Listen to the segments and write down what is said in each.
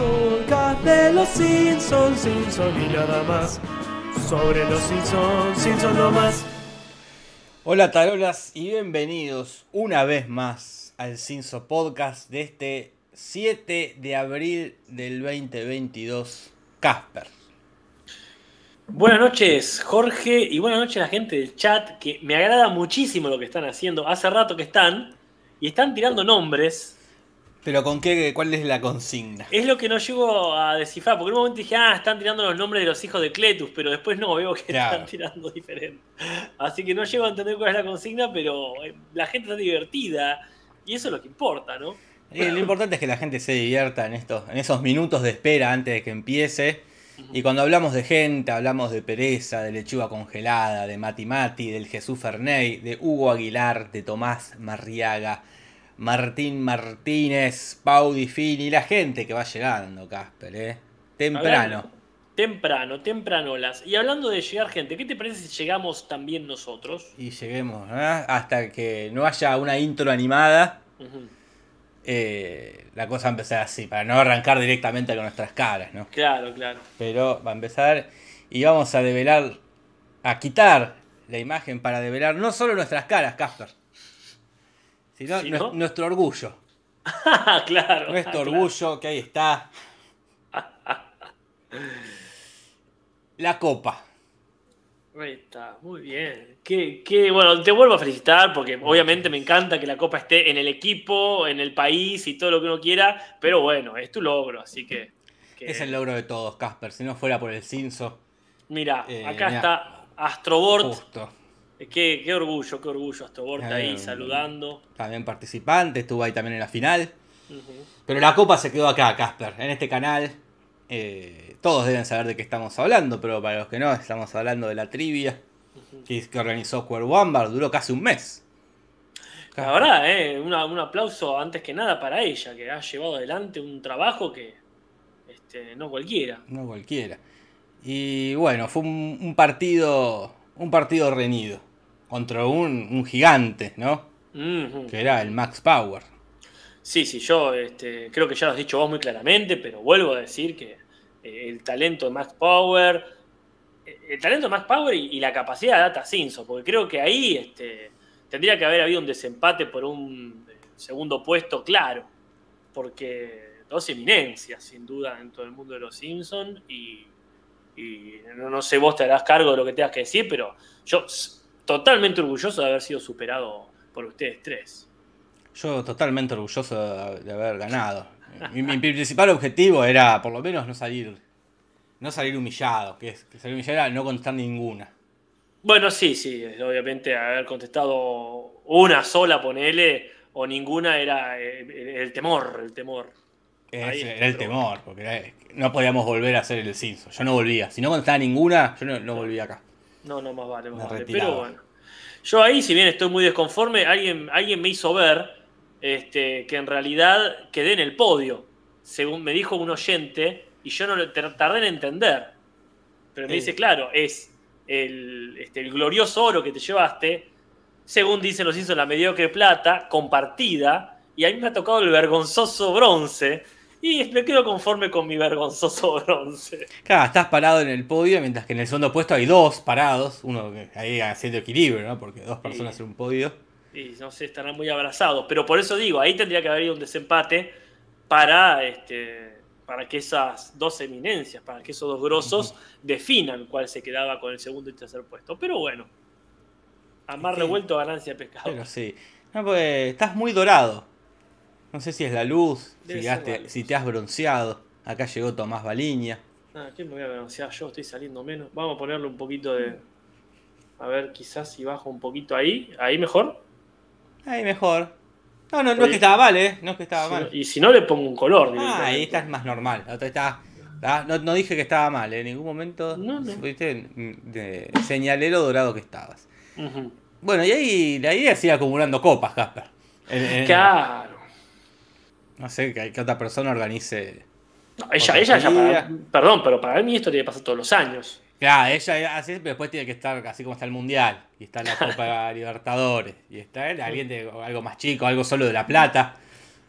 podcast de los Simpsons, Simpsons y nada más. Sobre los Simpsons, Simpsons no más. Hola tarolas y bienvenidos una vez más al Simpsons Podcast de este 7 de abril del 2022. Casper. Buenas noches Jorge y buenas noches a la gente del chat, que me agrada muchísimo lo que están haciendo. Hace rato que están tirando nombres. Pero ¿con qué? ¿Cuál es la consigna? Es lo que no llego a descifrar, porque en un momento dije, están tirando los nombres de los hijos de Cletus, pero después no, veo que están tirando diferente. Así que no llego a entender cuál es la consigna, pero la gente está divertida y eso es lo que importa, ¿no? Lo importante es que la gente se divierta en esos minutos de espera antes de que empiece. Y cuando hablamos de gente, hablamos de pereza, de lechuga congelada, de Mati Mati, del Jesús Ferney, de Hugo Aguilar, de Tomás Marriaga, Martín Martínez, Pau Di Fini, la gente que va llegando, Casper, temprano. Tempranolas. Y hablando de llegar gente, ¿qué te parece si llegamos también nosotros? Y lleguemos, hasta que no haya una intro animada. La cosa va a empezar así, para no arrancar directamente con nuestras caras, ¿no? Claro. Pero va a empezar y vamos a develar, a quitar la imagen para develar no solo nuestras caras, Casper, sino nuestro orgullo. Claro. Nuestro orgullo, que ahí está. La copa. Ahí está, muy bien. Bueno, te vuelvo a felicitar porque obviamente me encanta que la copa esté en el equipo, en el país y todo lo que uno quiera, pero bueno, es tu logro, así que... Es el logro de todos, Casper, si no fuera por el Simpson. Mira, acá está Astrobort. Justo. Qué orgullo Astrobort ahí saludando. También participante, estuvo ahí también en la final. Pero la copa se quedó acá, Casper, en este canal. Todos deben saber de qué estamos hablando, pero para los que no, estamos hablando de la trivia que organizó Square Wombat, duró casi un mes. La verdad, un aplauso antes que nada para ella, que ha llevado adelante un trabajo que no cualquiera. No cualquiera. Y bueno, fue un partido reñido contra un gigante, ¿no? Que era el Max Power. Sí, yo creo que ya lo has dicho vos muy claramente, pero vuelvo a decir que el talento de Max Power, y la capacidad de Data Simpson, porque creo que ahí tendría que haber habido un desempate por un segundo puesto claro, porque dos eminencias, sin duda, en todo el mundo de los Simpsons, y no sé, vos te harás cargo de lo que tengas que decir, pero yo totalmente orgulloso de haber sido superado por ustedes tres. Yo totalmente orgulloso de haber ganado. Mi principal objetivo era, por lo menos, no salir humillado. Que salir humillado era no contestar ninguna. Bueno, sí, obviamente haber contestado una sola, ponele, o ninguna era el temor. Era el temor, porque no podíamos volver a hacer el Simpson. Yo no volvía. Si no contestaba ninguna, yo no volvía acá. No, más vale. Retiraba. Pero bueno. Yo ahí, si bien estoy muy desconforme, alguien me hizo ver que en realidad quedé en el podio, según me dijo un oyente, y yo no tardé en entender. Pero me dice, claro, es el glorioso oro que te llevaste, según dicen los Simpsons, la mediocre plata, compartida, y a mí me ha tocado el vergonzoso bronce, y me quedo conforme con mi vergonzoso bronce. Claro, estás parado en el podio, mientras que en el segundo puesto hay dos parados, uno ahí haciendo equilibrio, ¿no? Porque dos personas en un podio. Y no sé, estarán muy abrazados. Pero por eso digo, ahí tendría que haber ido un desempate para que esas dos eminencias, para que esos dos grosos definan cuál se quedaba con el segundo y tercer puesto. Pero bueno, a mar revuelto, ganancia de pescado. Pero sí. No, pues estás muy dorado. No sé si es la luz, si te has bronceado. Acá llegó Tomás Baliña. ¿Quién me voy a broncear? Yo estoy saliendo menos. Vamos a ponerle un poquito de... A ver, quizás si bajo un poquito ahí. ¿Ahí mejor? Ahí mejor. No es que estaba mal, No es que estaba mal. Y si no, le pongo un color. Ahí está más normal. No dije que estaba mal, en ningún momento. No. Señalé lo dorado que estabas. Bueno, y ahí la idea es ir acumulando copas, Casper. Claro. No sé, que otra persona organice. No, ella ya perdón, pero para mí esto tiene que pasar todos los años. Claro, ella así, pero después tiene que estar así como está el Mundial. Y está la Copa Libertadores. Y está alguien de algo más chico, algo solo de La Plata.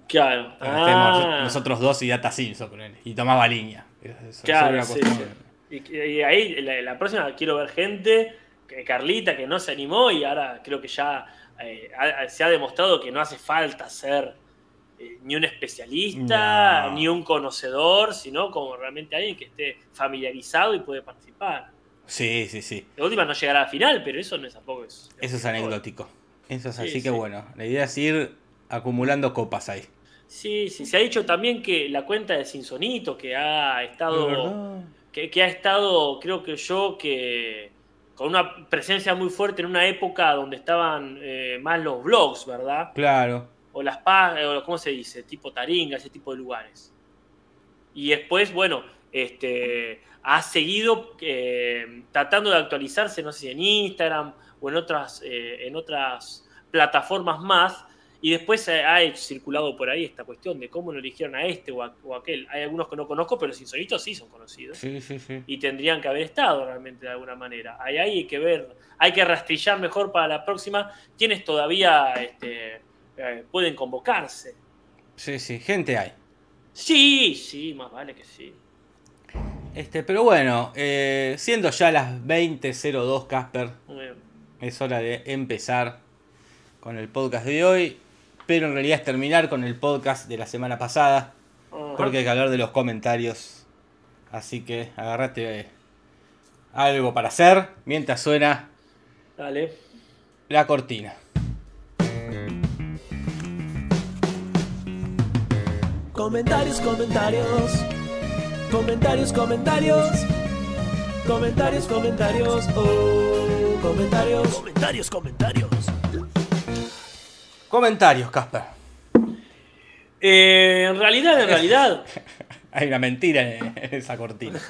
Claro. Cuando estemos nosotros dos y Data Simpson, y Tomás Baliña. Claro, sí. Y ahí la próxima quiero ver gente, Carlita, que no se animó y ahora creo que ya se ha demostrado que no hace falta ser ni un especialista, ni un conocedor, sino como realmente alguien que esté familiarizado y puede participar. Sí. De última no llegará a la final, pero eso no es tampoco... Eso es anecdótico. Eso es así que bueno, la idea es ir acumulando copas ahí. Sí, se ha dicho también que la cuenta de Simpsonito, que ha estado... Que ha estado, creo que con una presencia muy fuerte en una época donde estaban más los blogs, ¿verdad? Claro. O las páginas, ¿cómo se dice? Tipo Taringa, ese tipo de lugares. Y después, bueno, ha seguido tratando de actualizarse, no sé si en Instagram o en otras plataformas más. Y después ha circulado por ahí esta cuestión de cómo no eligieron a este o aquel. Hay algunos que no conozco, pero Simpsonitos sí son conocidos. Sí. Y tendrían que haber estado realmente de alguna manera. Ahí hay que ver, hay que rastrillar mejor para la próxima quiénes todavía pueden convocarse. Sí, gente hay. Sí, más vale que sí. Pero bueno, siendo ya las 20:02, Casper, es hora de empezar con el podcast de hoy. Pero en realidad es terminar con el podcast de la semana pasada. Porque hay que hablar de los comentarios. Así que agarrate algo para hacer mientras suena Dale. la cortina. Comentarios. Comentarios. Comentarios. Comentarios, Casper. En realidad. Hay una mentira en esa cortina.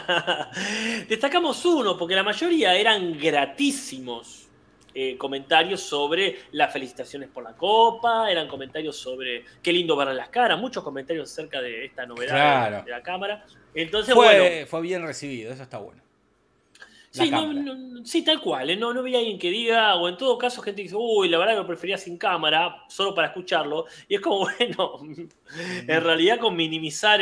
Destacamos uno, porque la mayoría eran gratísimos comentarios sobre las felicitaciones por la Copa, eran comentarios sobre qué lindo verle las caras, muchos comentarios acerca de esta novedad de la cámara. Entonces, fue bien recibido, eso está bueno. Sí, sí, tal cual. No había alguien que diga, o en todo caso gente que dice, uy, la verdad que lo prefería sin cámara, solo para escucharlo. Y es como, bueno, en realidad con minimizar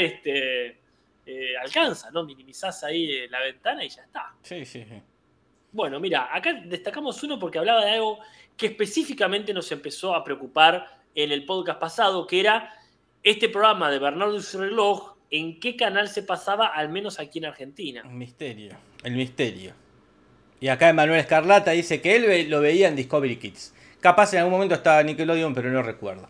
alcanza, ¿no? Minimizás ahí la ventana y ya está. Sí. Bueno, mira, acá destacamos uno porque hablaba de algo que específicamente nos empezó a preocupar en el podcast pasado, que era este programa de Bernardo y su reloj, en qué canal se pasaba, al menos aquí en Argentina. El misterio. Y acá Emanuel Escarlata dice que él lo veía en Discovery Kids. Capaz en algún momento estaba Nickelodeon, pero no recuerdo.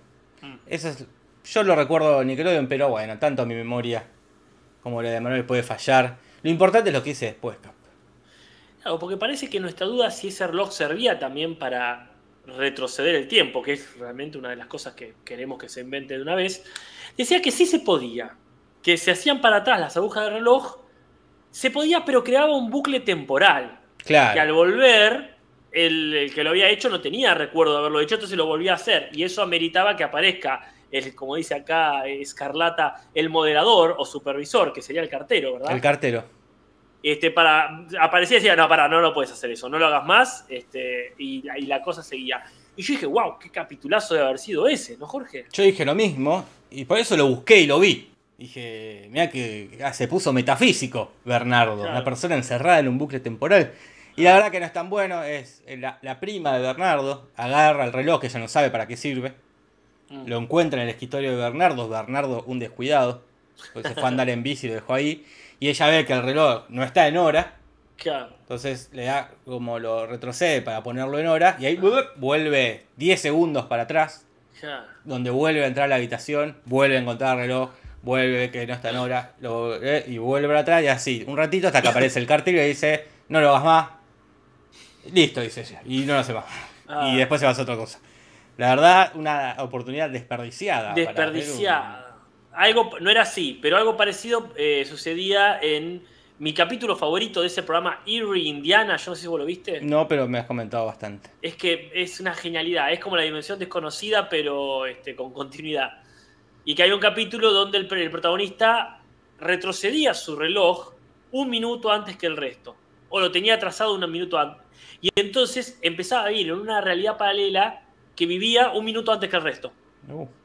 Yo lo recuerdo Nickelodeon, pero bueno, tanto mi memoria como la de Emanuel puede fallar. Lo importante es lo que hice después, Cap. Claro, porque parece que nuestra duda si ese reloj servía también para retroceder el tiempo, que es realmente una de las cosas que queremos que se invente de una vez. Decía que sí se podía, que se hacían para atrás las agujas del reloj, se podía, pero creaba un bucle temporal. Claro. Que al volver, el que lo había hecho no tenía recuerdo de haberlo hecho, entonces lo volvía a hacer. Y eso ameritaba que aparezca, como dice acá Escarlata, el moderador o supervisor, que sería el cartero, ¿verdad? El cartero. Aparecía y decía, no lo puedes hacer eso, no lo hagas más, y la cosa seguía. Y yo dije, wow, qué capitulazo debe haber sido ese, ¿no, Jorge? Yo dije lo mismo, y por eso lo busqué y lo vi. Dije, mira que se puso metafísico Bernardo, claro. Una persona encerrada en un bucle temporal. Y la verdad que no es tan bueno, es la prima de Bernardo, agarra el reloj que ella no sabe para qué sirve, lo encuentra en el escritorio de Bernardo un descuidado, porque se fue a andar en bici y lo dejó ahí, y ella ve que el reloj no está en hora, claro. Entonces le da como lo retrocede para ponerlo en hora, y ahí vuelve 10 segundos para atrás, claro. Donde vuelve a entrar a la habitación, vuelve a encontrar el reloj, vuelve que no está en hora, y vuelve para atrás y así, un ratito hasta que aparece el cartel y le dice, no lo hagas más, listo, dice ella, y no lo hace más. Y después se va a hacer otra cosa. La verdad, una oportunidad desperdiciada. Algo, no era así, pero algo parecido sucedía en mi capítulo favorito de ese programa, Erie, Indiana. Yo no sé si vos lo viste. No, pero me has comentado bastante. Es que es una genialidad, es como la dimensión desconocida, pero con continuidad. Y que hay un capítulo donde el protagonista retrocedía su reloj un minuto antes que el resto. O lo tenía atrasado un minuto antes. Y entonces empezaba a ir en una realidad paralela que vivía un minuto antes que el resto.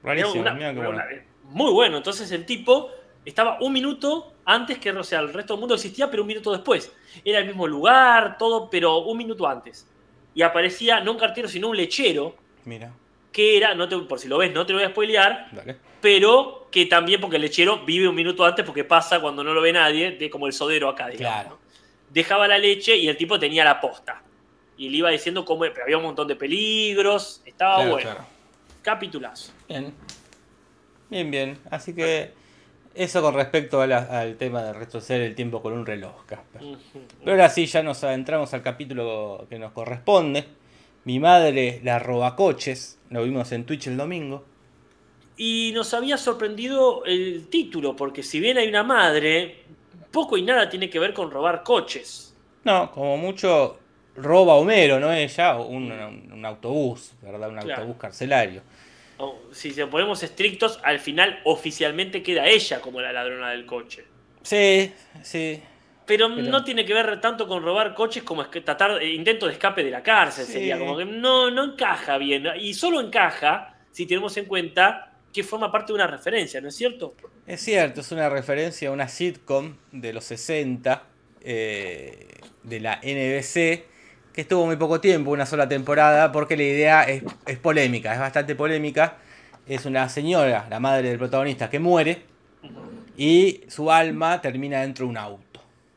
Rarísimo, mirá qué bueno. Muy bueno. Entonces el tipo estaba un minuto antes que, o sea, el resto del mundo existía, pero un minuto después. Era el mismo lugar, todo, pero un minuto antes. Y aparecía no un cartero, sino un lechero. Mira. Que era, por si lo ves, no te lo voy a spoilear, Dale. pero que también porque el lechero vive un minuto antes porque pasa cuando no lo ve nadie, de como el sodero acá, digamos. Claro. ¿No? Dejaba la leche y el tipo tenía la posta. Y le iba diciendo cómo, pero había un montón de peligros, estaba Claro, bueno. claro. Capitulazo. Bien. Bien. Así que eso con respecto al tema de retroceder el tiempo con un reloj, Casper. Pero ahora sí, ya nos adentramos al capítulo que nos corresponde. Mi madre, la robacoches, lo vimos en Twitch el domingo. Y nos había sorprendido el título, porque si bien hay una madre, poco y nada tiene que ver con robar coches. No, como mucho roba Homero, ¿no? Ella, un autobús, ¿verdad? Un Claro. autobús carcelario. Si se ponemos estrictos, al final oficialmente queda ella como la ladrona del coche. Sí. Pero no tiene que ver tanto con robar coches como tratar intento de escape de la cárcel. Sí. Sería como que no encaja bien. Y solo encaja si tenemos en cuenta que forma parte de una referencia, ¿no es cierto? Es cierto, es una referencia a una sitcom de los 60 de la NBC que estuvo muy poco tiempo, una sola temporada, porque la idea es polémica, es bastante polémica. Es una señora, la madre del protagonista, que muere y su alma termina dentro de un auto.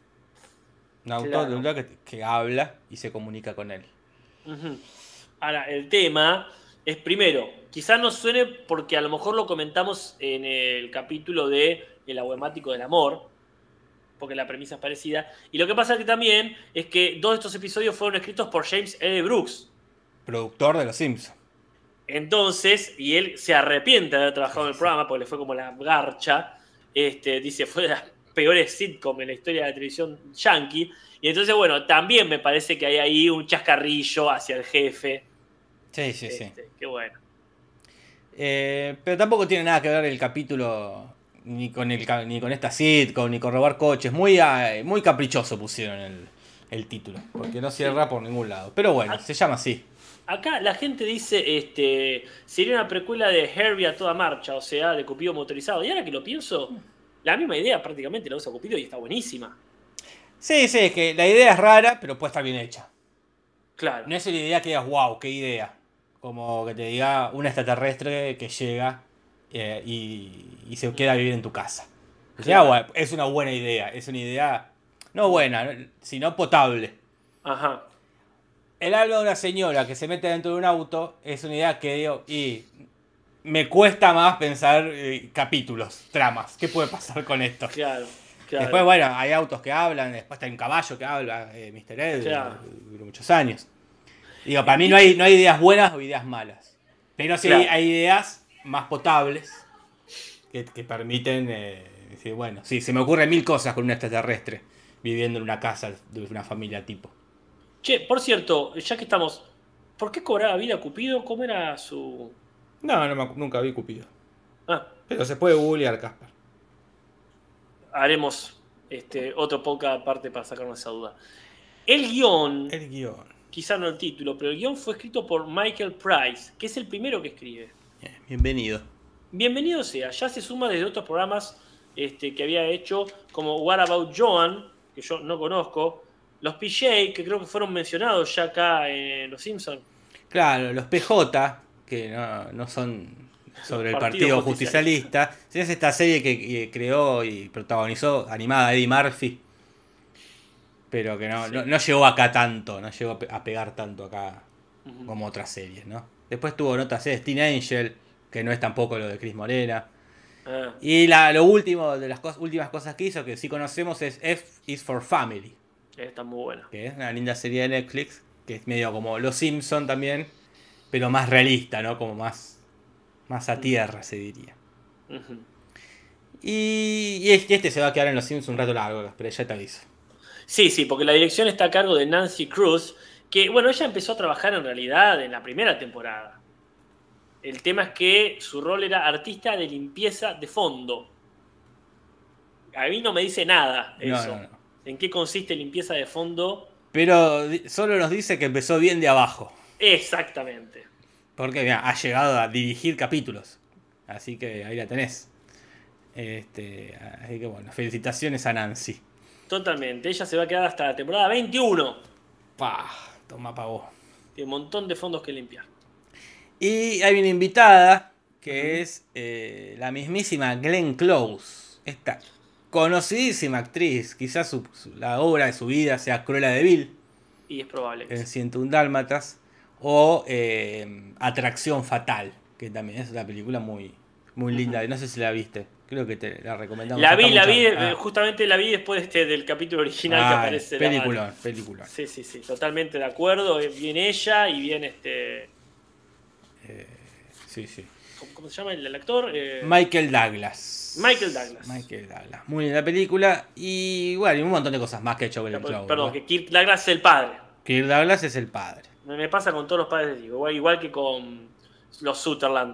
Un auto Claro. de un que habla y se comunica con él. Ahora, el tema es primero, quizás nos suene porque a lo mejor lo comentamos en el capítulo de El Aguemático del Amor, porque la premisa es parecida. Y lo que pasa que también es que 2 de estos episodios fueron escritos por James L. Brooks. Productor de Los Simpsons. Entonces, y él se arrepiente de haber trabajado en el programa porque le fue como la garcha. Dice, fue de las peores sitcom en la historia de la televisión yankee. Y entonces, bueno, también me parece que hay ahí un chascarrillo hacia el jefe. Sí. Qué bueno. Pero tampoco tiene nada que ver el capítulo ni con esta sitcom, ni con robar coches. Muy caprichoso pusieron el título, porque no cierra por ningún lado. Pero bueno, se llama así. Acá la gente dice, sería una precuela de Herbie a toda marcha, o sea, de Cupido motorizado. Y ahora que lo pienso, la misma idea prácticamente la usa Cupido y está buenísima. Sí, es que la idea es rara, pero puede estar bien hecha. Claro. No es la idea que digas, wow, qué idea. Como que te diga un extraterrestre que llega y se queda a vivir en tu casa. O sea, bueno, es una buena idea. Es una idea no buena, sino potable. Ajá. El alma de una señora que se mete dentro de un auto es una idea que digo, y me cuesta más pensar capítulos, tramas. ¿Qué puede pasar con esto? Claro. Después, bueno, hay autos que hablan, después hay un caballo que habla, Mr. Ed, duró muchos años. Digo, para mí no hay ideas buenas o ideas malas. Pero sí hay ideas más potables que permiten decir, bueno, sí, se me ocurren 1000 cosas con un extraterrestre viviendo en una casa de una familia tipo. Che, por cierto, ya que estamos, ¿por qué cobraba vida Cupido? ¿Cómo era su...? Nunca vi Cupido. Ah, Pero se puede googlear, Casper. haremos otro podcast aparte para sacarnos esa duda. El guión, quizá no el título, pero el guión fue escrito por Michael Price, que es el primero que escribe. Bienvenido. Bienvenido sea, ya se suma desde otros programas que había hecho, como What About Joan, que yo no conozco, los PJ, que creo que fueron mencionados ya acá en Los Simpsons. Claro, los PJ, que no son sobre el Partido Justicialista. Es esta serie que creó y protagonizó, animada Eddie Murphy. Pero que no llegó acá tanto, no llegó a pegar tanto acá como otras series, ¿no? Después tuvo otras series, Teen Angel, que no es tampoco lo de Cris Morena. Y lo último, de las últimas cosas que hizo, que sí conocemos, es F is for Family. Está muy buena. Que es una linda serie de Netflix, que es medio como Los Simpsons también, pero más realista, ¿no? Como más a tierra, se diría. Y este se va a quedar en Los Simpsons un rato largo, pero ya te aviso. Sí, porque la dirección está a cargo de Nancy Cruz, que, bueno, ella empezó a trabajar en realidad en la primera temporada. El tema es que su rol era artista de limpieza de fondo. A mí no me dice nada eso. No. ¿En qué consiste limpieza de fondo? Pero solo nos dice que empezó bien de abajo. Exactamente. Porque mira, ha llegado a dirigir capítulos. Así que ahí la tenés. Así que bueno, felicitaciones a Nancy. Totalmente. Ella se va a quedar hasta la temporada 21. ¡Pah! Toma pa' vos. Tiene un montón de fondos que limpiar. Y hay una invitada que es la mismísima Glenn Close. Esta conocidísima actriz. Quizás la obra de su vida sea Cruella de Vil. Y es probable. En 101 Dálmatas. O Atracción Fatal. Que también es una película muy, muy linda. No sé si la viste. Creo que te la recomendamos. La vi, justamente la vi después del capítulo original que aparece. Película. Sí, totalmente de acuerdo. Bien ella y bien Sí. ¿Cómo se llama el actor? Michael Douglas. Michael Douglas. Muy linda película. Y bueno, y un montón de cosas más que ha hecho Glenn Close. Perdón, que Kirk Douglas es el padre. Kirk Douglas es el padre. Me pasa con todos los padres, digo. Igual que con los Sutherland.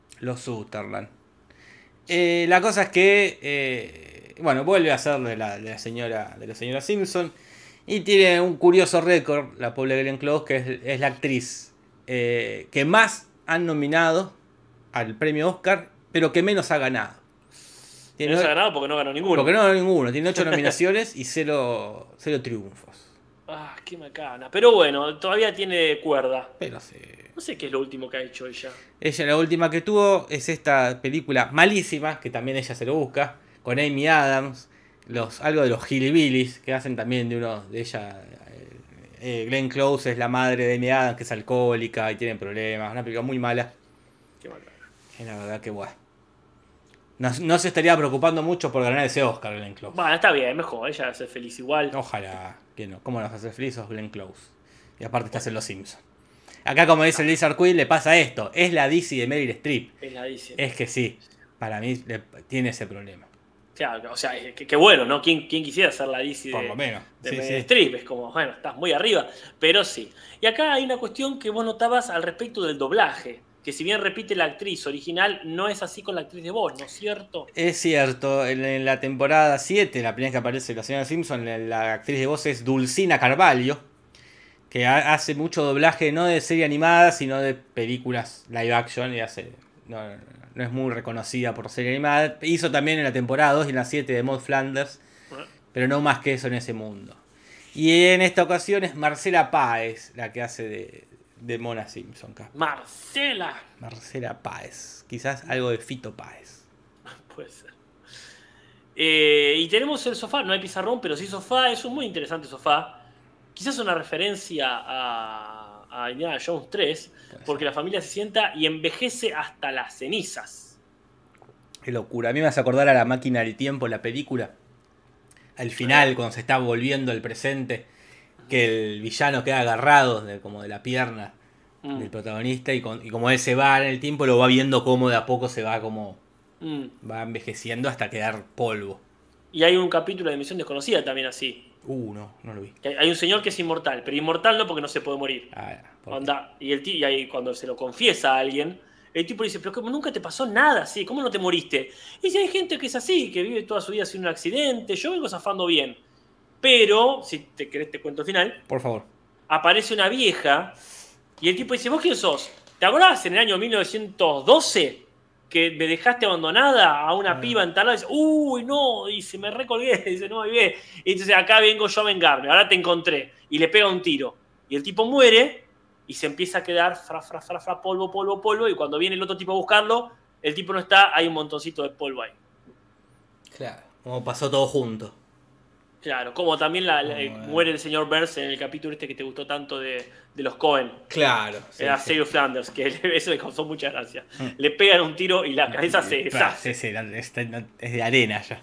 La cosa es que vuelve a ser de la señora Simpson y tiene un curioso récord la pobre Glenn Close, que es la actriz que más han nominado al premio Oscar, pero que menos ha ganado. Menos ha ganado porque no ganó ninguno. Tiene 8 nominaciones y 0 triunfos. Ah, qué macana. Pero bueno, todavía tiene cuerda. Pero sí. No sé qué es lo último que ha hecho ella. Ella la última que tuvo es esta película malísima, que también ella se lo busca, con Amy Adams, algo de los Hillbillies, que hacen también de uno de ella. Glenn Close es la madre de Amy Adams, que es alcohólica y tiene problemas. Una película muy mala. Qué macana. Es la verdad que bueno. No se estaría preocupando mucho por ganar ese Oscar, Glenn Close. Bueno, está bien, mejor. Ella hace feliz igual. Ojalá que no. ¿Cómo nos hace feliz? Sos Glenn Close. Y aparte estás en Los Simpsons. Acá, como dice el Lizard Queen, le pasa esto. Es la DC de Meryl Streep. Es la DC. Es que sí. Para mí tiene ese problema. Claro, o sea, qué bueno, ¿no? ¿Quién quisiera ser la DC por lo menos. de Meryl Streep? Es como, bueno, estás muy arriba. Pero sí. Y acá hay una cuestión que vos notabas al respecto del doblaje. Que si bien repite la actriz original, no es así con la actriz de voz, ¿no es cierto? Es cierto. En la temporada 7, la primera vez que aparece la señora Simpson, la actriz de voz es Dulcina Carvalho, que hace mucho doblaje, no de serie animada, sino de películas live action, y no es muy reconocida por serie animada. Hizo también en la temporada 2 y en la 7 de Maud Flanders, pero no más que eso en ese mundo. Y en esta ocasión es Marcela Páez la que hace de Mona Simpson. Marcela Páez. Quizás algo de Fito Páez. Puede ser. Y tenemos el sofá, no hay pizarrón, pero sí sofá, es un muy interesante sofá. Quizás una referencia a Indiana Jones 3, porque la familia se sienta y envejece hasta las cenizas. Qué locura. A mí me hace acordar a La Máquina del Tiempo, la película. Al final, cuando se está volviendo al presente, que el villano queda agarrado como de la pierna del protagonista, y como él se va en el tiempo, lo va viendo como de a poco se va va envejeciendo hasta quedar polvo. Y hay un capítulo de Misión Desconocida también así. No lo vi. Hay un señor que es inmortal, pero inmortal no porque no se puede morir. Y ahí cuando se lo confiesa a alguien, el tipo dice, pero nunca te pasó nada así, ¿cómo no te moriste? Y si hay gente que es así, que vive toda su vida sin un accidente, yo vengo zafando bien. Pero, si te querés te cuento el final. Por favor. Aparece una vieja y el tipo dice, ¿vos quién sos? ¿Te acordás en el año 1912 que me dejaste abandonada a una piba en tal lado? Dice, uy, no, dice, me recolgué, dice, no, vivé. Y entonces acá vengo yo a vengarme, ahora te encontré. Y le pega un tiro. Y el tipo muere y se empieza a quedar polvo. Y cuando viene el otro tipo a buscarlo, el tipo no está, hay un montoncito de polvo ahí. Claro, como pasó todo junto. Claro, como también muere el señor Burns en el capítulo que te gustó tanto de los Coen. Claro. Era Save Flanders, que eso le causó mucha gracia. Le pegan un tiro y la cabeza se deshace. Sí, es de arena ya.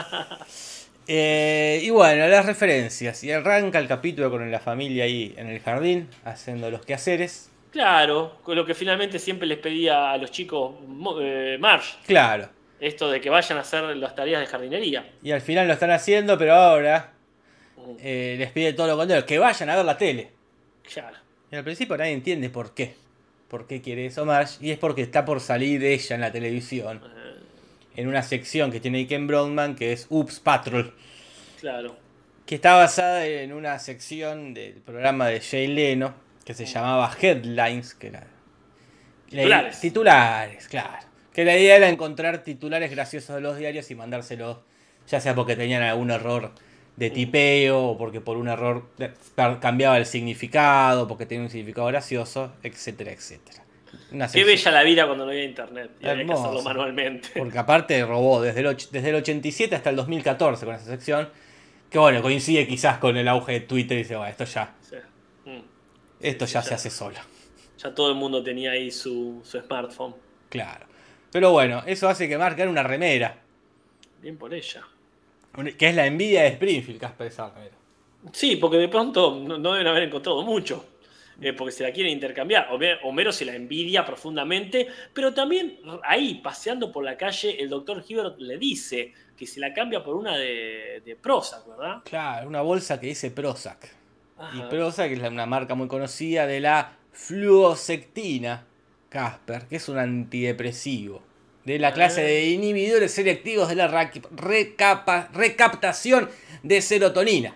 Y bueno, las referencias. Y arranca el capítulo con la familia ahí en el jardín, haciendo los quehaceres. Claro, con lo que finalmente siempre les pedía a los chicos Marge. Claro. Esto de que vayan a hacer las tareas de jardinería. Y al final lo están haciendo, pero ahora les pide todo lo contrario, que vayan a ver la tele. Claro. Y al principio nadie entiende por qué. ¿Por qué quiere eso Marge? Y es porque está por salir ella en la televisión. En una sección que tiene Ken Brownman, que es Oops Patrol. Claro. Que está basada en una sección del programa de Jay Leno, que se llamaba Headlines, que era... Titulares. Titulares, claro. Que la idea era encontrar titulares graciosos de los diarios y mandárselos, ya sea porque tenían algún error de tipeo, o porque por un error cambiaba el significado, porque tenía un significado gracioso, etcétera, etcétera. Qué bella la vida cuando no había internet y había que Hermoso. hacerlo manualmente. Porque aparte robó desde el 87 hasta el 2014 con esa sección, que bueno, coincide quizás con el auge de Twitter y dice, bueno, esto ya, Sí. esto ya se hace solo. Ya todo el mundo tenía ahí su smartphone. Claro. Pero bueno, eso hace que Mark era una remera, Bien por ella. que es la envidia de Springfield, Casper, esa remera. Sí, porque de pronto no deben haber encontrado mucho. Porque se la quieren intercambiar. Homero se la envidia profundamente, pero también ahí, paseando por la calle, el doctor Hibbert le dice que se la cambia por una de Prozac, ¿verdad? Claro, una bolsa que dice Prozac. Ajá. Y Prozac es una marca muy conocida de la fluoxetina, Casper, que es un antidepresivo. De la clase de inhibidores selectivos de la recaptación de serotonina.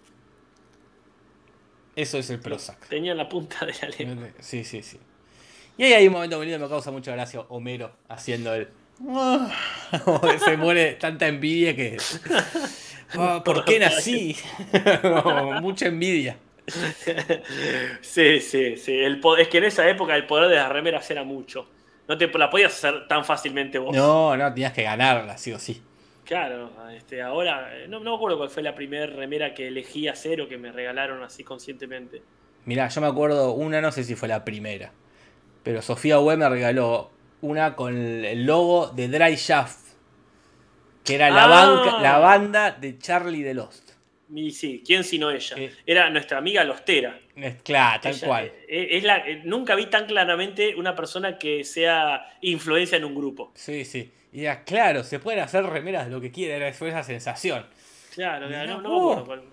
Eso es el Prozac. Tenía la punta de la lengua. Sí. Y ahí hay un momento muy lindo, me causa mucha gracia Homero haciendo el... Se muere tanta envidia que... ¿Por qué nací? Mucha envidia. Sí. Es que en esa época el poder de las remeras era mucho. No te la podías hacer tan fácilmente vos. No, tenías que ganarla, sí o sí. Claro, ahora no me acuerdo cuál fue la primera remera que elegí hacer o que me regalaron así conscientemente. Mirá, yo me acuerdo una, no sé si fue la primera, pero Sofía Web me regaló una con el logo de Dry Shaft, que era la banda de Charlie de Lost. Y sí, ¿quién sino ella? Era nuestra amiga Lostera. Claro, tal cual. Nunca vi tan claramente una persona que sea influencia en un grupo. Sí. Y era claro, se pueden hacer remeras de lo que quieran, fue esa sensación. Claro, no me acuerdo cuál.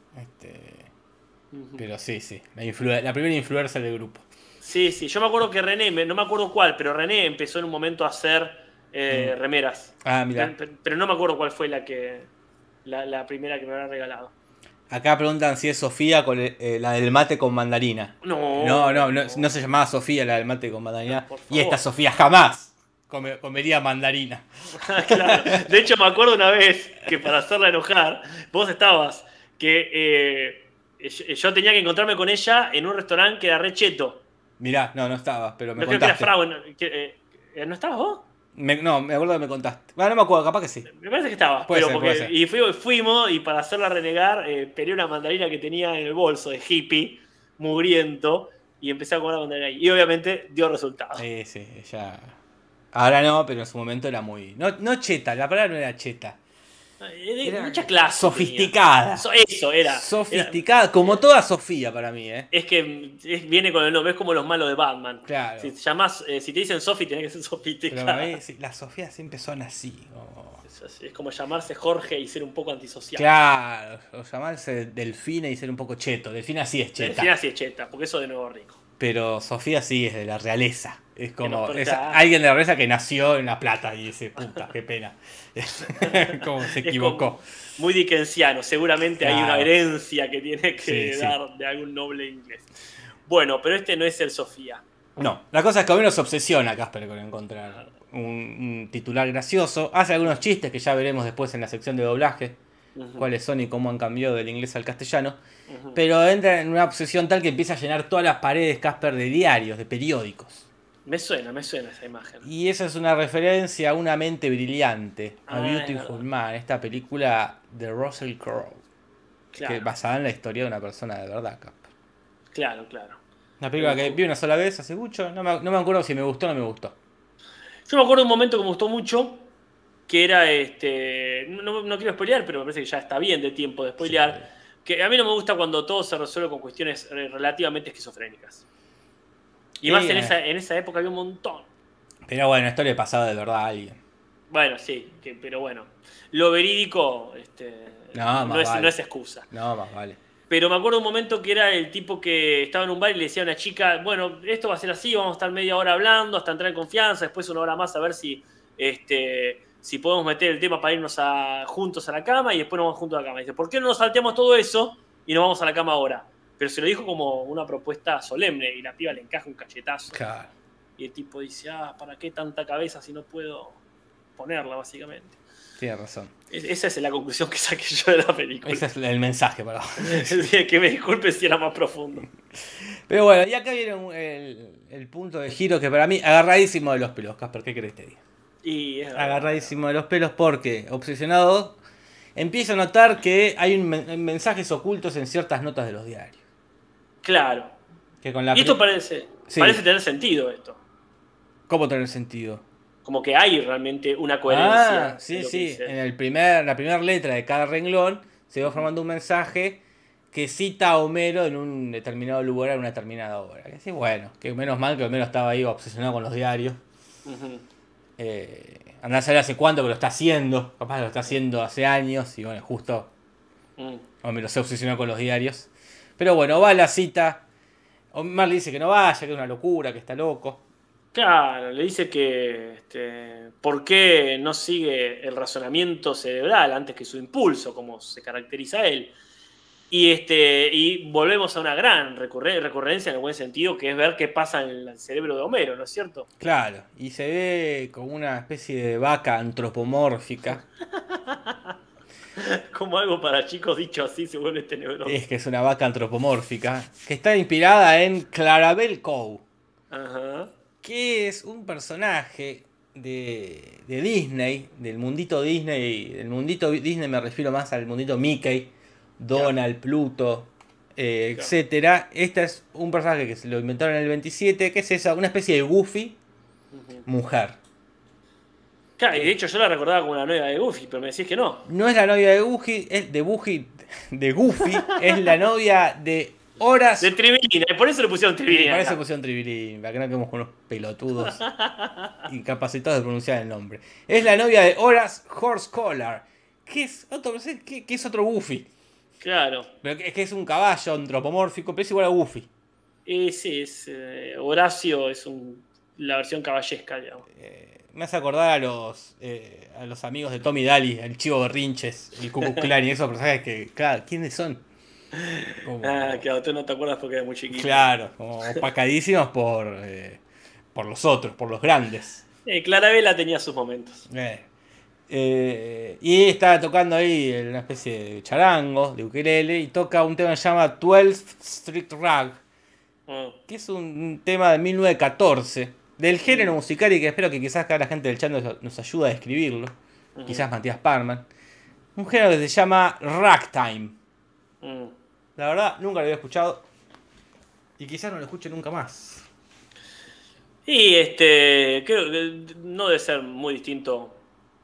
Pero sí, la primera influencer del grupo. Sí, yo me acuerdo que René, no me acuerdo cuál, pero René empezó en un momento a hacer remeras. Ah, mira. Pero no me acuerdo cuál fue la primera que me habrá regalado. Acá preguntan si es Sofía con la del mate con mandarina. No se llamaba Sofía la del mate con mandarina. Y esta Sofía jamás comería mandarina. Claro. De hecho, me acuerdo una vez que para hacerla enojar, vos estabas, que yo tenía que encontrarme con ella en un restaurante que era re cheto. Mirá, no estaba, pero me no contaste. Creo que era Frauen. ¿No estabas vos? Me acuerdo que me contaste. Bueno, no me acuerdo, capaz que sí. Me parece que estabas. Puede ser. Y fuimos y para hacerla renegar, peleé una mandarina que tenía en el bolso de hippie, mugriento, y empecé a comer la mandarina ahí. Y obviamente dio resultado. Sí, ya. Ahora no, pero en su momento era muy... No cheta, la palabra no era cheta. Era mucha clase. Sofisticada. Eso era. Sofisticada, como toda Sofía para mí, ¿eh? Es que viene con el nombre, es como los malos de Batman. Claro. Si te dicen Sofi, tenés que ser sofisticada. Pero las Sofías siempre son así. Es como llamarse Jorge y ser un poco antisocial. Claro, o llamarse Delfina y ser un poco cheto. Delfina sí es cheta. Delfina sí es cheta, porque eso de nuevo rico. Pero Sofía sí es de la realeza. Es como alguien de la realeza que nació en La Plata y dice, puta, qué pena. Como se equivocó. Muy dickensiano, seguramente hay una herencia que tiene que dar de algún noble inglés. Bueno, pero este no es el Sofía. No, la cosa es que Homero se obsesiona, Casper, con encontrar un titular gracioso. Hace algunos chistes que ya veremos después en la sección de doblaje. Cuáles son y cómo han cambiado del inglés al castellano. Pero entra en una obsesión tal que empieza a llenar todas las paredes, Casper, de diarios, de periódicos. Me suena esa imagen. Y esa es una referencia a Una mente brillante, a Beautiful Man, esta película de Russell Crowe, que basada en la historia de una persona de verdad, Casper. Claro. Una película que vi una sola vez hace mucho, no me acuerdo si me gustó o no me gustó. Yo me acuerdo de un momento que me gustó mucho, que era, no quiero spoilear, pero me parece que ya está bien de tiempo de spoilear, sí. Que a mí no me gusta cuando todo se resuelve con cuestiones relativamente esquizofrénicas. Y más en esa época había un montón. Pero bueno, esto le pasaba de verdad a alguien. Bueno, sí, pero bueno. Lo verídico no es excusa. No, más vale. Pero me acuerdo un momento que era el tipo que estaba en un bar y le decía a una chica, bueno, esto va a ser así, vamos a estar media hora hablando hasta entrar en confianza, después una hora más a ver si podemos meter el tema para irnos juntos a la cama y después nos vamos juntos a la cama. Y dice, ¿por qué no nos salteamos todo eso y nos vamos a la cama ahora? Pero se lo dijo como una propuesta solemne y la piba le encaja un cachetazo. Claro. y el tipo dice, ¿para qué tanta cabeza si no puedo ponerla, básicamente? Tienes razón. Esa es la conclusión que saqué yo de la película. Ese es el mensaje para vos. Que me disculpe si era más profundo. Pero bueno, y acá viene el punto de giro que para mí, agarradísimo de los pelos. Casper, ¿qué crees que te diga? Y es Agarradísimo de los pelos porque, obsesionado, empieza a notar que hay mensajes ocultos en ciertas notas de los diarios. Claro. Que con la y esto parece tener sentido esto. ¿Cómo tener sentido? Como que hay realmente una coherencia. Sí. En la primera letra de cada renglón se va formando un mensaje que cita a Homero en un determinado lugar en una determinada hora. Que sí, bueno, que menos mal que Homero estaba ahí obsesionado con los diarios. Andá a saber hace cuánto que lo está haciendo. Capaz lo está haciendo hace años. Y bueno, justo Homero se obsesionó con los diarios. Pero bueno, va a la cita. Homero le dice que no vaya, que es una locura, que está loco. Claro, le dice que ¿por qué no sigue el razonamiento cerebral antes que su impulso, como se caracteriza él? Y volvemos a una gran recurrencia en el buen sentido, que es ver qué pasa en el cerebro de Homero, ¿no es cierto? Claro, y se ve como una especie de vaca antropomórfica. Como algo para chicos dicho así se vuelve tenebroso. Es que es una vaca antropomórfica, que está inspirada en Clarabelle Cow. Ajá. Que es un personaje de Disney, del mundito Disney. Del mundito Disney me refiero más al mundito Mickey, Donald, Pluto, etcétera. Este es un personaje que se lo inventaron en el 27, que es esa, una especie de Goofy mujer. Claro, y de hecho yo la recordaba como la novia de Goofy, pero me decís que no. No es la novia de Goofy, de Goofy, es la novia de Horace. De Tribilín, por eso le pusieron Tribilín. Por eso pusieron Tribilín, para que no quedemos con unos pelotudos incapacitados de pronunciar el nombre. Es la novia de Horace Horsecollar, que es otro Goofy. Claro. Pero que es un caballo antropomórfico, pero es igual a Goofy. Sí, Horacio es la versión caballesca, digamos. Me hace acordar a los amigos de Tommy Daly, el Chivo Berrinches, el Ku Klux Klan y esos personajes que, claro, ¿quiénes son? Claro, tú no te acuerdas porque eres muy chiquito. Claro, como opacadísimos por los otros, por los grandes. Clarabella tenía sus momentos. Y estaba tocando ahí una especie de charango, de ukelele, y toca un tema que se llama 12th Street Rag, que es un tema de 1914, del género musical y que espero que quizás acá la gente del chat nos ayude a describirlo, quizás Matías Parman. Un género que se llama ragtime. La verdad, nunca lo había escuchado y quizás no lo escuche nunca más. Y creo que no debe ser muy distinto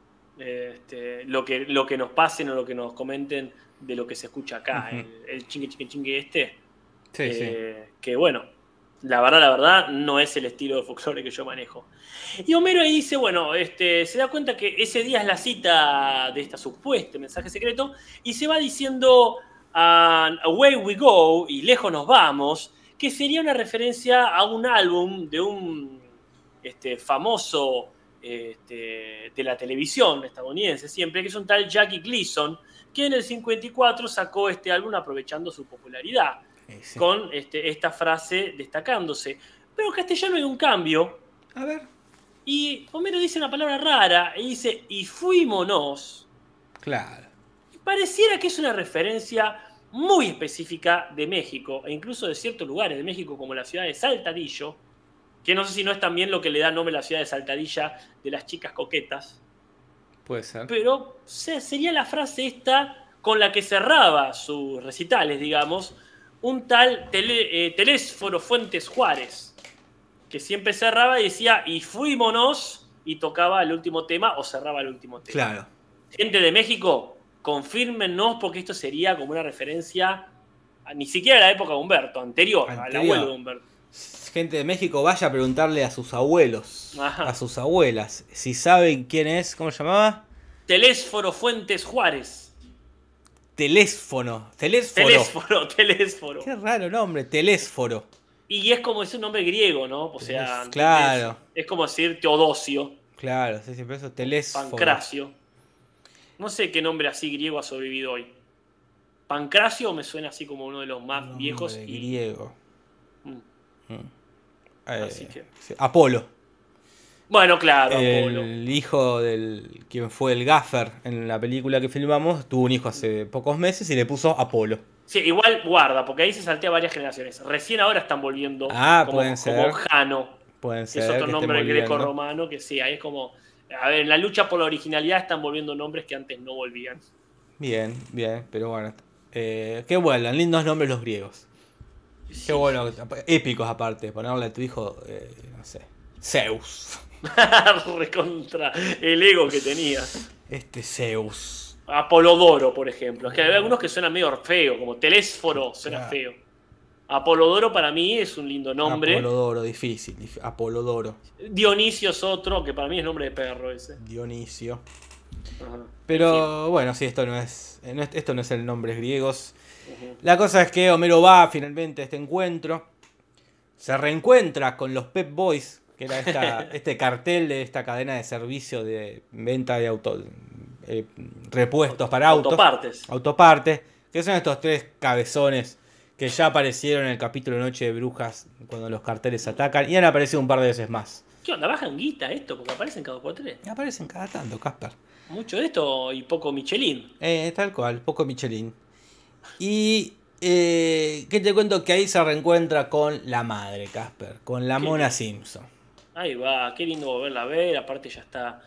lo que nos pasen o lo que nos comenten de lo que se escucha acá, el chingue Sí. que bueno, la verdad no es el estilo de folclore que yo manejo. Y Homero ahí dice, bueno, se da cuenta que ese día es la cita de esta supuesta mensaje secreto y se va diciendo Away We Go y Lejos Nos Vamos, que sería una referencia a un álbum de un famoso de la televisión estadounidense siempre, que es un tal Jackie Gleason, que en el 54 sacó este álbum aprovechando su popularidad, con esta frase destacándose. Pero en castellano hay un cambio. A ver. Y Homero dice una palabra rara, y dice, y fuímonos. Claro. Y pareciera que es una referencia muy específica de México, e incluso de ciertos lugares de México, como la ciudad de Saltadillo, que no sé si no es también lo que le da nombre a la ciudad de Saltadilla de las chicas coquetas. Puede ser. Pero sería la frase esta con la que cerraba sus recitales, digamos, un tal Telésforo Fuentes Juárez, que siempre cerraba y decía, y fuímonos, y tocaba el último tema o cerraba el último tema. Claro. Gente de México, confírmenos porque esto sería como una referencia ni siquiera a la época de Humberto, anterior. Al abuelo de Humberto. Gente de México, vaya a preguntarle a sus abuelos, Ajá. a sus abuelas, si saben quién es, ¿cómo se llamaba? Telésforo Fuentes Juárez. Telésforo. Telésforo. Qué raro nombre, Telésforo. Y es como un nombre griego, ¿no? O sea, claro. Es como decir Teodosio. Claro, sí, siempre eso, Telésforo. Pancracio. No sé qué nombre así griego ha sobrevivido hoy. Pancracio me suena así como uno de los más viejos. Griego. Así que... Apolo. Bueno, claro, Apolo. El hijo del quien fue el gaffer en la película que filmamos tuvo un hijo hace pocos meses y le puso Apolo. Sí, igual guarda, porque ahí se saltea varias generaciones. Recién ahora están volviendo pueden ser. como Jano, Pueden que ser. es otro que nombre estén volviendo. greco-romano, que sí, ahí es como... A ver, en la lucha por la originalidad están volviendo nombres que antes no volvían. Bien, bien, pero bueno. Qué vuelan, lindos nombres los griegos. Sí. Qué bueno, épicos aparte, ponerle a tu hijo, no sé, Zeus. Recontra el ego que tenía. Zeus. Apolodoro, por ejemplo. Es que hay algunos que suenan medio feo, como Telésforo suena feo. Apolodoro para mí es un lindo nombre. Apolodoro, difícil. Apolodoro. Dionisio es otro, que para mí es nombre de perro ese. Dionisio. Ajá. Pero bueno, sí, esto no es el nombres griegos. La cosa es que Homero va finalmente a este encuentro. Se reencuentra con los Pep Boys, que era este cartel de esta cadena de servicio de venta de repuestos para autos. Autopartes. Que son estos tres cabezones que ya aparecieron en el capítulo Noche de Brujas cuando los carteles atacan y han aparecido un par de veces más. ¿Qué onda? ¿Bajan guita esto? Porque aparecen cada 4x3. Aparecen cada tanto, Casper. Mucho de esto y poco Michelin. Tal cual, poco Michelin. Y ¿qué te cuento? Que ahí se reencuentra con la madre, Casper, con la Mona Simpson. Ahí va, qué lindo volverla a ver. Aparte ya está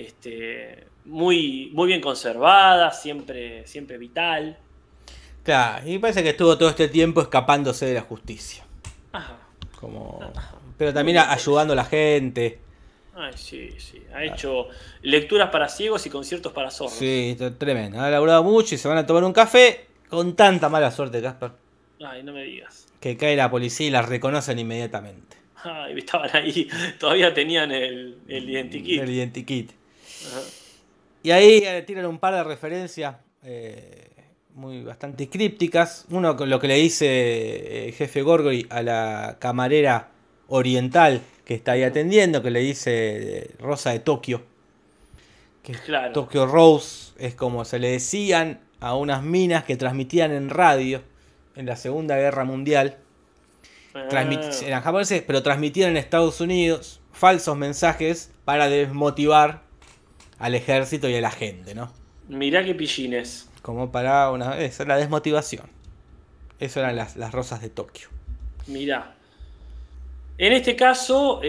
muy, muy bien conservada, siempre vital. Claro, y parece que estuvo todo este tiempo escapándose de la justicia. Ajá. Pero también ayudando a la gente. Ay, sí. Ha hecho lecturas para ciegos y conciertos para sordos. Sí, tremendo. Ha laburado mucho y se van a tomar un café con tanta mala suerte, Casper. Ay, no me digas. Que cae la policía y la reconocen inmediatamente. Ay, estaban ahí. Todavía tenían el identikit. El identikit. Ajá. Y ahí tiran un par de referencias bastante crípticas. Uno con lo que le dice el jefe Gorgory a la camarera oriental que está ahí atendiendo, que le dice Rosa de Tokio. Que claro. Tokyo Rose es como se le decían a unas minas que transmitían en radio en la Segunda Guerra Mundial. Eran japoneses, pero transmitían en Estados Unidos falsos mensajes para desmotivar al ejército y a la gente, ¿no? Mirá qué pillines. Como para la desmotivación. Eso eran las Rosas de Tokio. Mirá. En este caso,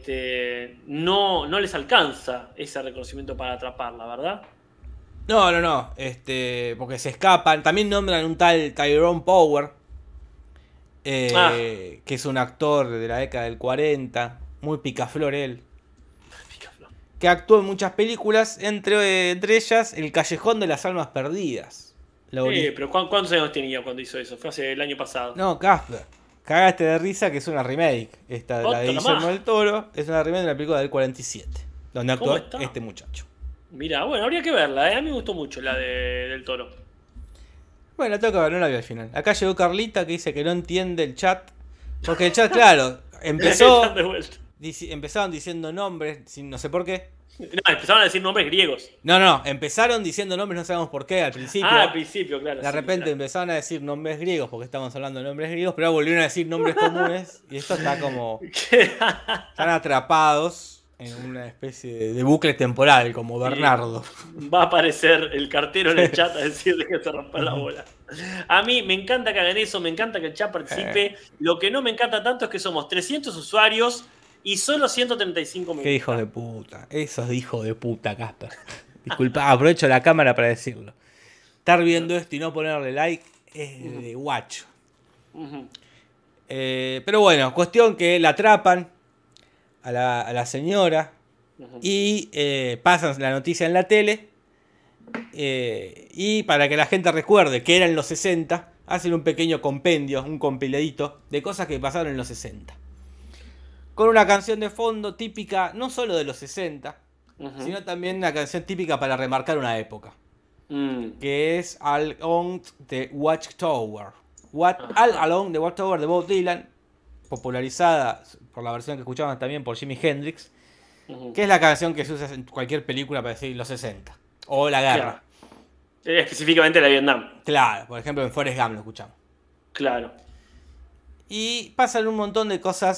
no les alcanza ese reconocimiento para atraparla, ¿verdad? No. Porque se escapan. También nombran un tal Tyrone Power. Que es un actor de la década del 40. Muy picaflor él. Que actuó en muchas películas. Entre ellas, El Callejón de las Almas Perdidas. Pero ¿cuántos años tenía cuando hizo eso? Fue hace el año pasado. No, Casper. Cagaste de risa que es una remake. La de Guillermo del Toro. Es una remake de una película del 47. Donde actuó este muchacho. Mirá, bueno, habría que verla. A mí me gustó mucho la del Toro. Bueno, tengo que ver, no la vi al final. Acá llegó Carlita que dice que no entiende el chat. Porque el chat, claro, empezaron diciendo nombres, no sé por qué. No, empezaron a decir nombres griegos. No, empezaron diciendo nombres, no sabemos por qué al principio. Al principio, claro. De repente empezaron a decir nombres griegos, porque estamos hablando de nombres griegos, pero ahora volvieron a decir nombres comunes. Y esto está como... Están atrapados en una especie de bucle temporal, como Bernardo. Va a aparecer el cartero en el chat a decirle que se rompa la bola. A mí me encanta que hagan eso, me encanta que el chat participe. Lo que no me encanta tanto es que somos 300 usuarios y solo 135 minutos. Qué hijos de puta. Eso es de hijo de puta, Casper. Disculpa, aprovecho la cámara para decirlo. Estar viendo esto y no ponerle like es de guacho. Pero bueno, cuestión que la atrapan a la señora y pasan la noticia en la tele y para que la gente recuerde que eran los 60, hacen un pequeño compendio, un compiladito de cosas que pasaron en los 60. Con una canción de fondo típica, no solo de los 60, sino también una canción típica para remarcar una época. Que es All Along the Watchtower. All Along the Watchtower de Bob Dylan, popularizada por la versión que escuchaban también por Jimi Hendrix, que es la canción que se usa en cualquier película para decir los 60. O la guerra. Claro. Específicamente la de Vietnam. Claro, por ejemplo en Forrest Gump lo escuchamos. Claro. Y pasan un montón de cosas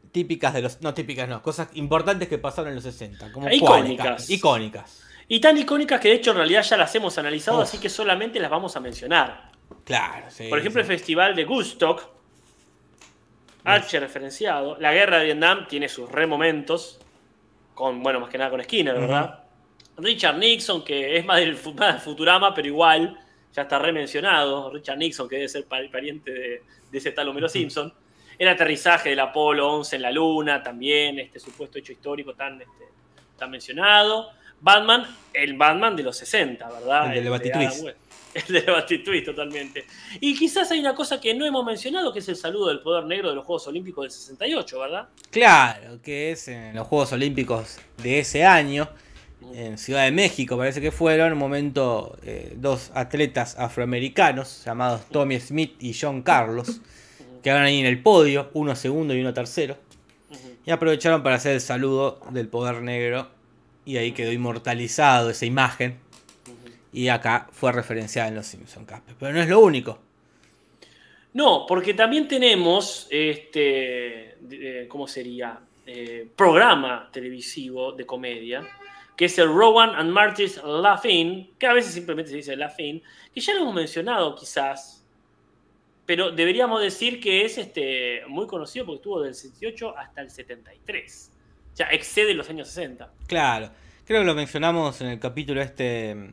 típicas de los... No, típicas no, cosas importantes que pasaron en los 60. Como Icónicas. Icónicas. Y tan icónicas que de hecho en realidad ya las hemos analizado, Uf. así que solamente las vamos a mencionar. Claro, sí. Por ejemplo, sí. el Festival de Woodstock, referenciado. La Guerra de Vietnam tiene sus momentos, con, bueno, más que nada con Skinner, ¿verdad? Richard Nixon, que es más del Futurama, pero igual ya está remencionado. Richard Nixon, que debe ser pariente de ese tal Homero Simpson. El aterrizaje del Apolo 11 en la Luna, también este supuesto hecho histórico tan mencionado. Batman, el Batman de los 60, ¿verdad? El de Batitwist. El de Batitwist, totalmente. Y quizás hay una cosa que no hemos mencionado, que es el saludo del poder negro de los Juegos Olímpicos del 68, ¿verdad? Claro, que es en los Juegos Olímpicos de ese año, en Ciudad de México parece que fueron, en un momento dos atletas afroamericanos llamados Tommy Smith y John Carlos, quedaron ahí en el podio, uno segundo y uno tercero, y aprovecharon para hacer el saludo del poder negro. Y ahí quedó inmortalizado esa imagen. Y acá fue referenciada en Los Simpsons, Casper. Pero no es lo único. No, porque también tenemos, ¿cómo sería? Programa televisivo de comedia, que es el Rowan and Marty's Laugh-In, que a veces simplemente se dice Laugh-In, que ya lo hemos mencionado quizás, pero deberíamos decir que es muy conocido porque estuvo del 68 hasta el 73. O sea, excede los años 60. Claro, creo que lo mencionamos en el capítulo en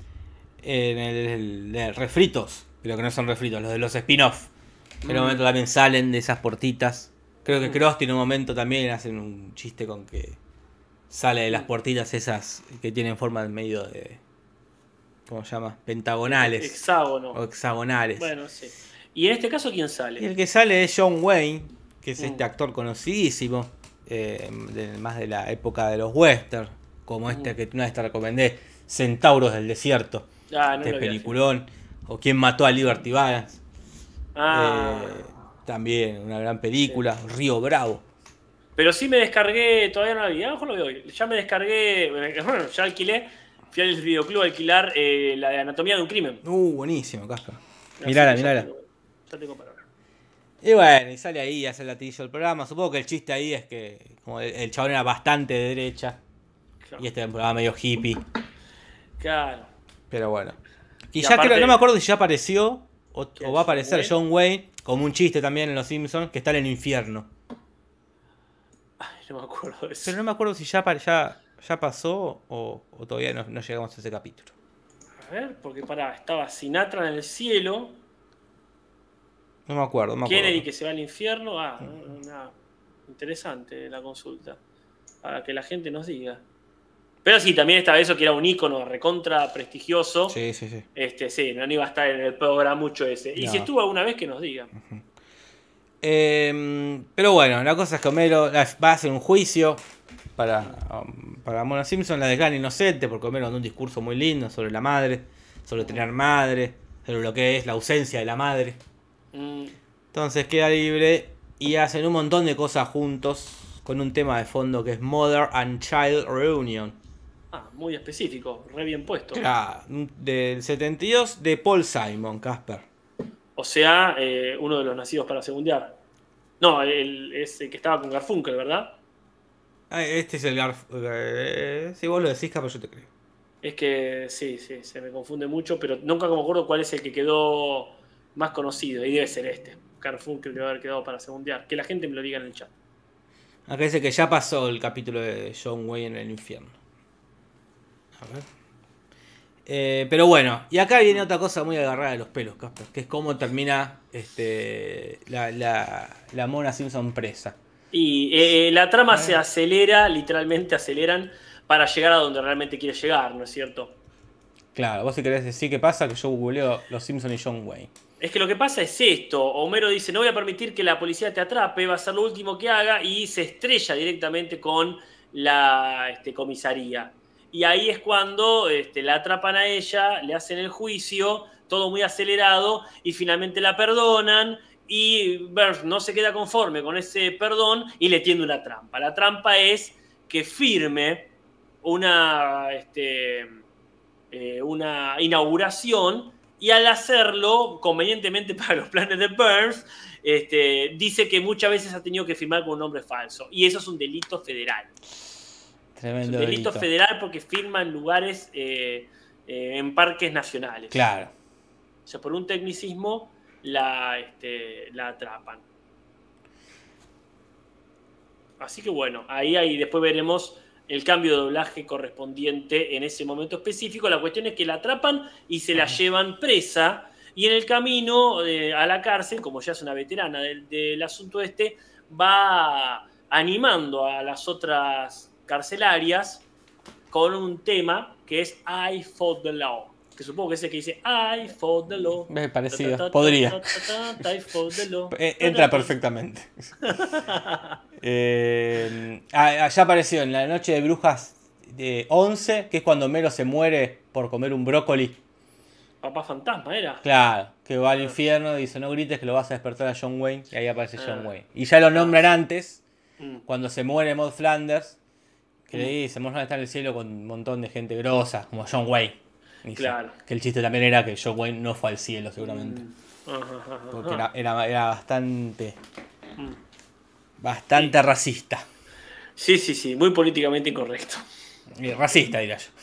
el de refritos, creo que no son refritos, los de los spin-off. En un momento también salen de esas portitas. Creo que Krusty en un momento también hacen un chiste con que sale de las portitas esas que tienen forma en medio de... ¿Cómo se llama? Pentagonales. Hexágono. O hexagonales. Bueno, sí. ¿Y en este caso quién Y sale? el que sale es John Wayne, que es este actor conocidísimo. Más de la época de los westerns, como que una vez te recomendé, Centauros del Desierto, No lo vi peliculón, o Quién mató a Liberty Balance, así. también una gran película, sí. Río Bravo. Pero sí me descargué, todavía no la vi, a lo mejor lo veo hoy. Ya me descargué, bueno, ya alquilé, fui al videoclub a alquilar la de Anatomía de un Crimen. Buenísimo, Casper. Mirala. Ya tengo para ver. Y bueno, y sale ahí, hace el latillo del programa. Supongo que el chiste ahí es que como el chabón era bastante de derecha. Claro. Y este era un programa medio hippie. Claro. Pero bueno. Y ya aparte, creo, no me acuerdo si ya apareció o va a aparecer John Wayne, como un chiste también en Los Simpsons, que está en el infierno. Ay, no me acuerdo de eso. Pero no me acuerdo si ya pasó o todavía no llegamos a ese capítulo. A ver, porque estaba Sinatra en el cielo. No me acuerdo. Kennedy que se va al infierno. Interesante la consulta. Para que la gente nos diga. Pero sí, también estaba eso que era un ícono recontra prestigioso. Sí. Sí, no iba a estar en el programa mucho ese. Y si estuvo alguna vez que nos diga. Pero bueno, la cosa es que Homero va a hacer un juicio para Mona Simpson, la declara inocente porque Homero dio un discurso muy lindo sobre la madre, sobre tener madre, sobre lo que es la ausencia de la madre. Entonces queda libre y hacen un montón de cosas juntos con un tema de fondo que es Mother and Child Reunion. Muy específico, re bien puesto. Claro, del 72 de Paul Simon, Casper. O sea, uno de los nacidos para segundear. No, ese que estaba con Garfunkel, ¿verdad? Este es el Garfunkel. Si vos lo decís, Casper, yo te creo. Es que sí, se me confunde mucho, pero nunca me acuerdo cuál es el que quedó más conocido. Y debe ser este. Garfunkel debe haber quedado para segundear. Que la gente me lo diga en el chat. Acá dice que ya pasó el capítulo de John Wayne en el infierno. A ver. Pero bueno, y acá viene otra cosa muy agarrada de los pelos, Casper, que es cómo termina la Mona Simpson presa. Y la trama se acelera, literalmente aceleran, para llegar a donde realmente quiere llegar, ¿no es cierto? Claro, vos si querés decir qué pasa, que yo googleo Los Simpson y John Wayne. Es que lo que pasa es esto. Homero dice, no voy a permitir que la policía te atrape, va a ser lo último que haga, y se estrella directamente con la comisaría. Y ahí es cuando la atrapan a ella, le hacen el juicio, todo muy acelerado, y finalmente la perdonan, y Bert no se queda conforme con ese perdón y le tiende una trampa. La trampa es que firme una inauguración Y al hacerlo, convenientemente para los planes de Burns, dice que muchas veces ha tenido que firmar con un nombre falso. Y eso es un delito federal. Tremendo es un delito federal porque firma en lugares, en parques nacionales. Claro. O sea, por un tecnicismo la atrapan. Así que bueno, ahí después veremos el cambio de doblaje correspondiente en ese momento específico. La cuestión es que la atrapan y se la llevan presa. Y en el camino a la cárcel, como ya es una veterana del asunto va animando a las otras carcelarias con un tema que es I fought the law. Que supongo que es el que dice I fought the law. Es parecido, podría. I fought the law. Entra perfectamente. Ya apareció en la noche de brujas 11, que es cuando Homero se muere por comer un brócoli. Papá fantasma era. Claro, que va al infierno y dice no grites que lo vas a despertar a John Wayne. Y ahí aparece John Wayne. Y ya lo nombran antes, cuando se muere Maud Flanders, que le dice, Maud Flanders está en el cielo con un montón de gente grosa, como John Wayne. Dice, claro. Que el chiste también era que John Wayne no fue al cielo seguramente. Porque era bastante racista. Sí, muy políticamente incorrecto. Racista, diría yo.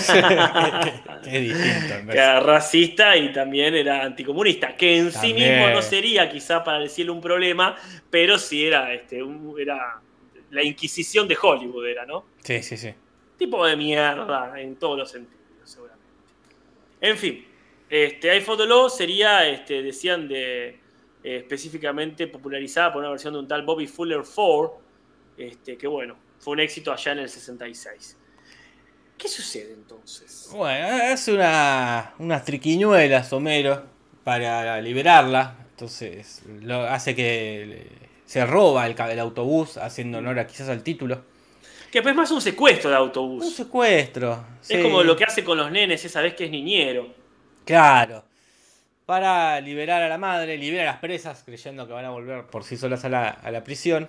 Es distinto. En que era racista y también era anticomunista, que en sí mismo no sería quizá para el cielo un problema, pero sí era, era la Inquisición de Hollywood, era, ¿no? Sí. Tipo de mierda en todos los sentidos, seguramente. En fin, I Fought the Law sería, decían, específicamente popularizada por una versión de un tal Bobby Fuller 4, que bueno, fue un éxito allá en el 66. ¿Qué sucede entonces? Bueno, hace unas triquiñuelas Homero para liberarla. Entonces hace que se roba el autobús, haciendo honor quizás al título. Que pues es más un secuestro de autobús. Un secuestro. Es como lo que hace con los nenes esa vez que es niñero. Claro. Para liberar a la madre, libera a las presas, creyendo que van a volver por sí solas a la prisión.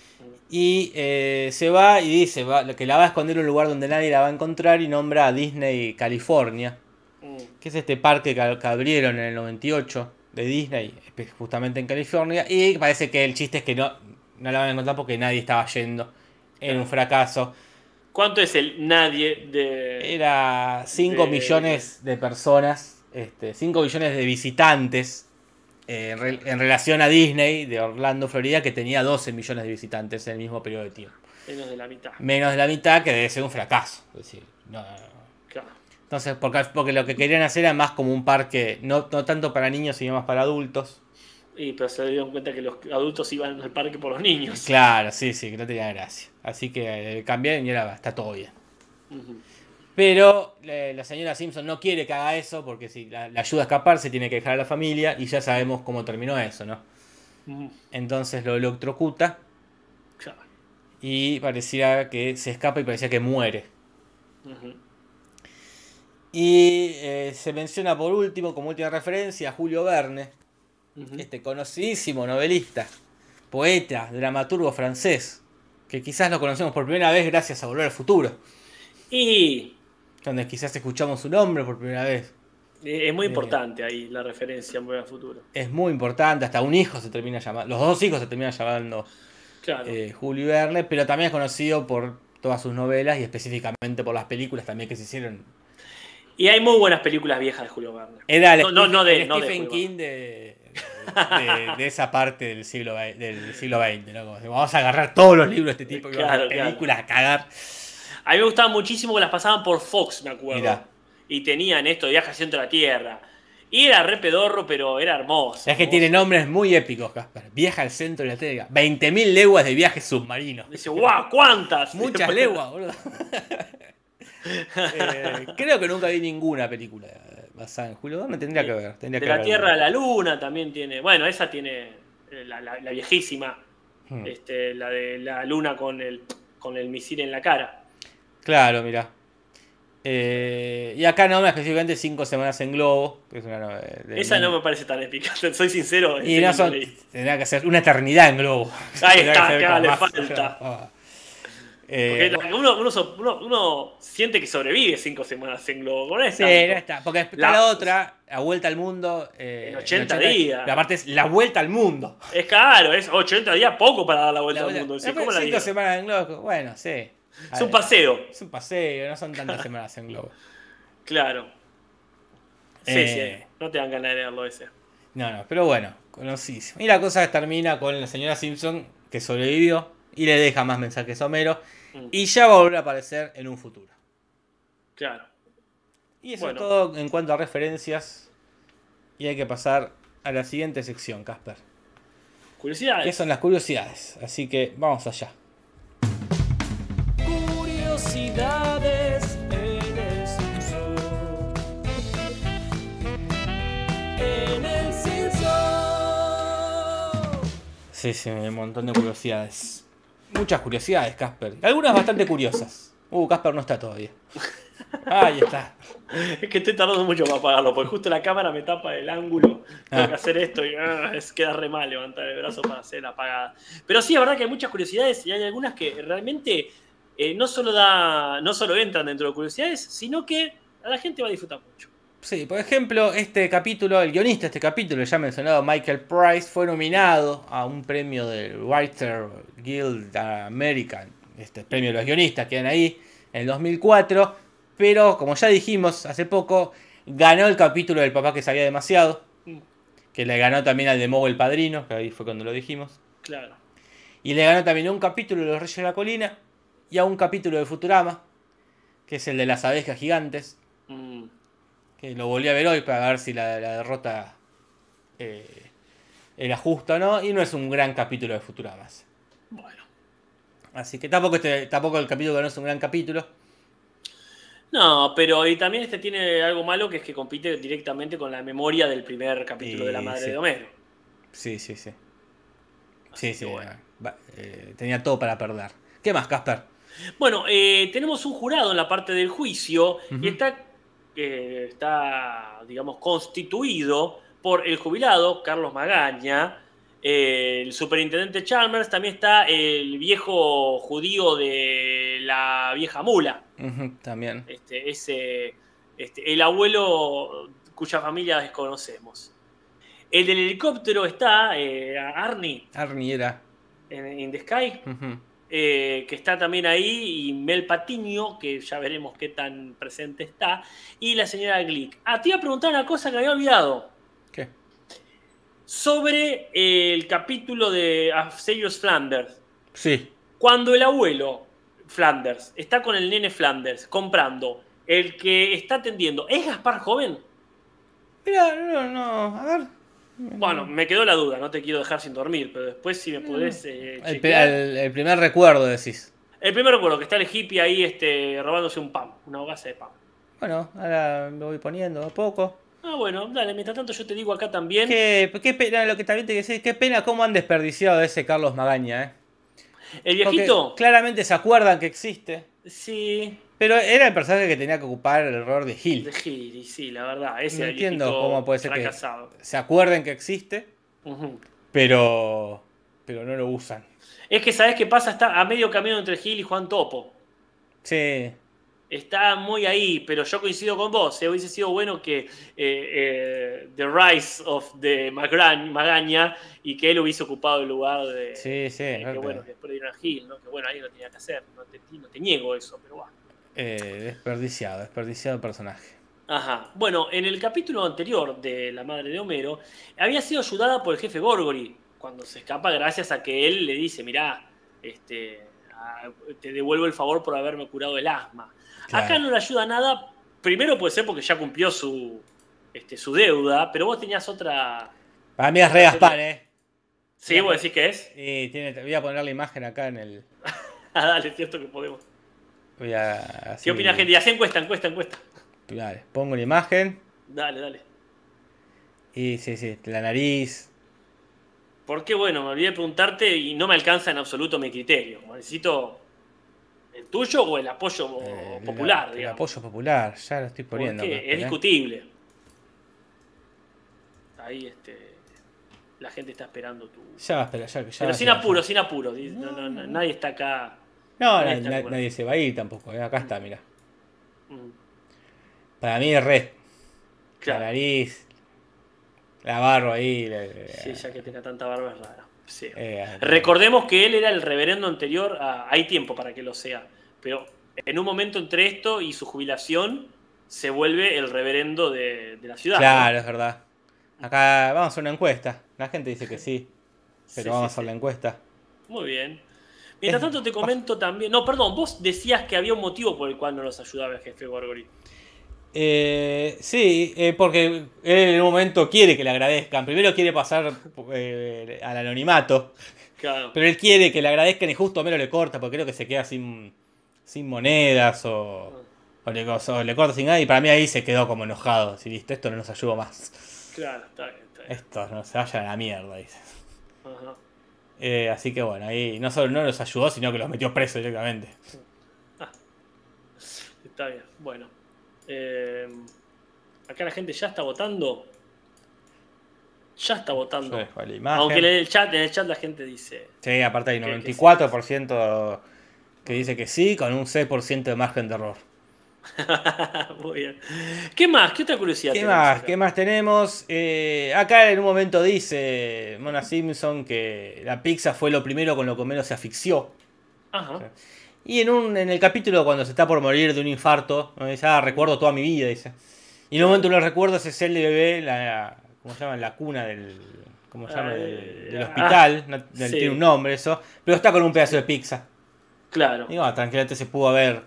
Y se va y dice que la va a esconder en un lugar donde nadie la va a encontrar y nombra a Disney California, que es este parque que abrieron en el 98 de Disney, justamente en California, y parece que el chiste es que no la van a encontrar porque nadie estaba yendo, era un fracaso. ¿Cuánto es el nadie de...? Era 5 millones de personas, 5 millones de visitantes. En relación a Disney de Orlando, Florida, que tenía 12 millones de visitantes en el mismo periodo de tiempo. Menos de la mitad. Menos de la mitad, que debe ser un fracaso. Es decir, no. Claro. Entonces, porque lo que querían hacer era más como un parque, no tanto para niños, sino más para adultos. Pero se dieron cuenta que los adultos iban al parque por los niños. Claro, sí, que no tenía gracia. Así que cambiaron y ahora está todo bien. Pero la señora Simpson no quiere que haga eso, porque si la ayuda a escapar se tiene que dejar a la familia, y ya sabemos cómo terminó eso, ¿no? Entonces lo electrocuta, claro. Y parecía que se escapa y parecía que muere. Y se menciona por último, como última referencia, a Julio Verne, este conocidísimo novelista, poeta, dramaturgo francés, que quizás lo conocemos por primera vez gracias a Volver al Futuro. Y... donde quizás escuchamos su nombre por primera vez. Es muy importante ahí la referencia en Volver al Futuro. Es muy importante, hasta un hijo se termina llamando, los dos hijos se terminan llamando claro. Julio Verne, pero también es conocido por todas sus novelas y específicamente por las películas también que se hicieron. Y hay muy buenas películas viejas de Julio Verne. Era el Stephen King de esa parte del siglo XX, ¿no? Como, vamos a agarrar todos los libros de este tipo y claro, películas a cagar. A mí me gustaban muchísimo que las pasaban por Fox, me acuerdo. Mirá. Y tenían esto de Viaje al Centro de la Tierra. Y era re pedorro, pero era hermoso. Es que tiene nombres muy épicos, Casper. Viaja al Centro de la Tierra. 20.000 leguas de viaje submarino. Dice, ¡guau! ¿Cuántas? Muchas leguas, boludo. Creo que nunca vi ninguna película basada en Julio Verne. Tendría que ver. De la Tierra a la Luna también tiene. Bueno, esa tiene la viejísima. La de la Luna con el misil en la cara. Claro, mirá. Y acá nombra específicamente 5 semanas en globo. Que es una esa no me parece tan épica, soy sincero. Y no tendría que ser una eternidad en globo. Ahí está, que le falta. Porque uno siente que sobrevive 5 semanas en globo. Con Sí, esta, no está. Porque está la otra, la vuelta al mundo. En 80 días. Pero aparte es la vuelta al mundo. Es caro, es 80 días poco para dar la vuelta al mundo. Después ¿Cómo la 5 digo? semanas en globo. Bueno, sí. Es un paseo. Es un paseo, no son tantas semanas en globo. Claro. Sí. No te dan ganas de leerlo ese. No, pero bueno, conocidísimo. Y la cosa termina con la señora Simpson, que sobrevivió y le deja más mensajes a Homero. Y ya va a volver a aparecer en un futuro. Claro. Y eso es todo en cuanto a referencias. Y hay que pasar a la siguiente sección, Casper. Curiosidades. Que son las curiosidades. Así que vamos allá. Curiosidades en el Simpson. En el Simpson. Sí, un montón de curiosidades. Muchas curiosidades, Casper. Algunas bastante curiosas. Casper no está todavía. Ahí está. Es que estoy tardando mucho para apagarlo, porque justo la cámara me tapa el ángulo. Tengo que hacer esto y queda re mal levantar el brazo para hacer la apagada. Pero sí, es verdad que hay muchas curiosidades y hay algunas que realmente no solo entran dentro de curiosidades, sino que a la gente va a disfrutar mucho. Sí, por ejemplo, este capítulo, el guionista de este capítulo, ya mencionado Michael Price, fue nominado a un premio del Writer Guild American, este premio de los guionistas que dan ahí, en el 2004, pero como ya dijimos hace poco, ganó el capítulo del papá que sabía demasiado, que le ganó también al de Moe el Padrino, que ahí fue cuando lo dijimos. Claro. Y le ganó también a un capítulo de Los Reyes de la Colina y a un capítulo de Futurama, que es el de las abejas gigantes. Que lo volví a ver hoy para ver si la derrota era justa o no. Y no es un gran capítulo de Futurama. Bueno. Así que tampoco el capítulo que no es un gran capítulo. No, pero y también este tiene algo malo, que es que compite directamente con la memoria del primer capítulo de La Madre de Homero. Sí. Bueno. Tenía todo para perder. ¿Qué más, Casper? Bueno, tenemos un jurado en la parte del juicio y está, digamos, constituido por el jubilado Carlos Magaña, el superintendente Chalmers, también está el viejo judío de la vieja mula. También. El abuelo cuya familia desconocemos. El del helicóptero está Arnie. Arnie era. In the Sky. Que está también ahí, y Mel Patiño, que ya veremos qué tan presente está, y la señora Glick. Te iba a preguntar una cosa que había olvidado. ¿Qué? Sobre el capítulo de Serious Flanders. Sí. Cuando el abuelo Flanders está con el nene Flanders comprando, el que está atendiendo, ¿es Gaspar joven? Mira, no, a ver. Bueno, me quedó la duda, no te quiero dejar sin dormir, pero después si me podés chequear. El primer recuerdo, decís. El primer recuerdo, que está el hippie ahí robándose un pan, una hogaza de pan. Bueno, ahora lo voy poniendo a poco. Bueno, dale, mientras tanto yo te digo acá también. Qué pena, lo que también te decía, qué pena cómo han desperdiciado a ese Carlos Magaña, ¿El viejito? Porque claramente se acuerdan que existe. Sí. Pero era el personaje que tenía que ocupar el rol de Gil. De Gil, y sí, la verdad. Ese no entiendo cómo puede ser fracasado. Que se acuerden que existe, pero no lo usan. Es que, ¿sabés qué pasa? Está a medio camino entre Gil y Juan Topo. Sí. Está muy ahí, pero yo coincido con vos. Hubiese sido bueno que The Rise of the Magaña y que él hubiese ocupado el lugar de. Sí. Que bueno, después de ir a Gil, ¿no? Que bueno, ahí lo tenía que hacer. No te niego eso, pero bueno. Desperdiciado el personaje. Ajá. Bueno, en el capítulo anterior de La Madre de Homero, había sido ayudada por el jefe Gorgory cuando se escapa, gracias a que él le dice: mirá, te devuelvo el favor por haberme curado el asma. Claro. Acá no le ayuda nada. Primero puede ser porque ya cumplió su deuda, pero vos tenías otra. Para mí es re Gaspar, ¿Sí? ¿Vos decís que es? Sí, voy a poner la imagen acá en el. Dale, es cierto que podemos. Así... ¿Qué opina gente? Hacé encuesta. Dale, pongo la imagen. Dale. Y sí, la nariz. Porque bueno, me olvidé de preguntarte y no me alcanza en absoluto mi criterio. Necesito el tuyo o el apoyo popular, digamos. El apoyo popular, ya lo estoy poniendo. Porque es discutible. Ahí la gente está esperando tu. Ya va a esperar, ya. Pero sin apuro. Nadie está acá. No, Ahí está, bueno. nadie se va a ir tampoco. Acá está, mira. Mm, Para mí es re. La Claro. nariz, la barba ahí. Sí, ya que tenga tanta barba es raro. Sí. eh, Recordemos que él era el reverendo anterior hay tiempo para que lo sea, pero en un momento entre esto y su jubilación se vuelve el reverendo de la ciudad. Claro, ¿no? es verdad. Acá vamos a hacer una encuesta. La gente dice que sí, pero Sí, vamos a sí, hacer sí. la encuesta. Muy bien. Mientras Es- tanto te comento también... No, perdón, vos decías que había un motivo por el cual no nos ayudaba el jefe Gorgori. Sí, porque él en un momento quiere que le agradezcan. Primero quiere pasar al anonimato, Claro. pero él quiere que le agradezcan y justo Homero le corta porque creo que se queda sin monedas o le corta sin nada. Y para mí ahí se quedó como enojado. Si listo, esto no nos ayuda más. Claro, está bien, está bien. Esto no se vayan a la mierda, dice. Ajá. Así que bueno, ahí no solo no los ayudó, sino que los metió presos directamente. Está bien, bueno. Acá la gente ya está votando. Ya está Yo votando. dejo la imagen. Aunque en el chat la gente dice... Sí, aparte hay Que 94% que dice que sí, con un 6% de margen de error. Muy bien. ¿Qué más? ¿Qué otra curiosidad ¿Qué tenemos más? acá? ¿Qué más tenemos? Acá en un momento dice Mona Simpson que la pizza fue lo primero con lo que Homero se asfixió. Ajá. Y en el capítulo cuando se está por morir de un infarto, ¿no? Dice, recuerdo toda mi vida, dice. Y en un momento uno de los recuerdos es el de bebé, ¿cómo se llama? La cuna ¿cómo se llama? Del hospital. sí. Tiene un nombre eso. Pero está con un pedazo de pizza. Claro. Y bueno, tranquilamente se pudo haber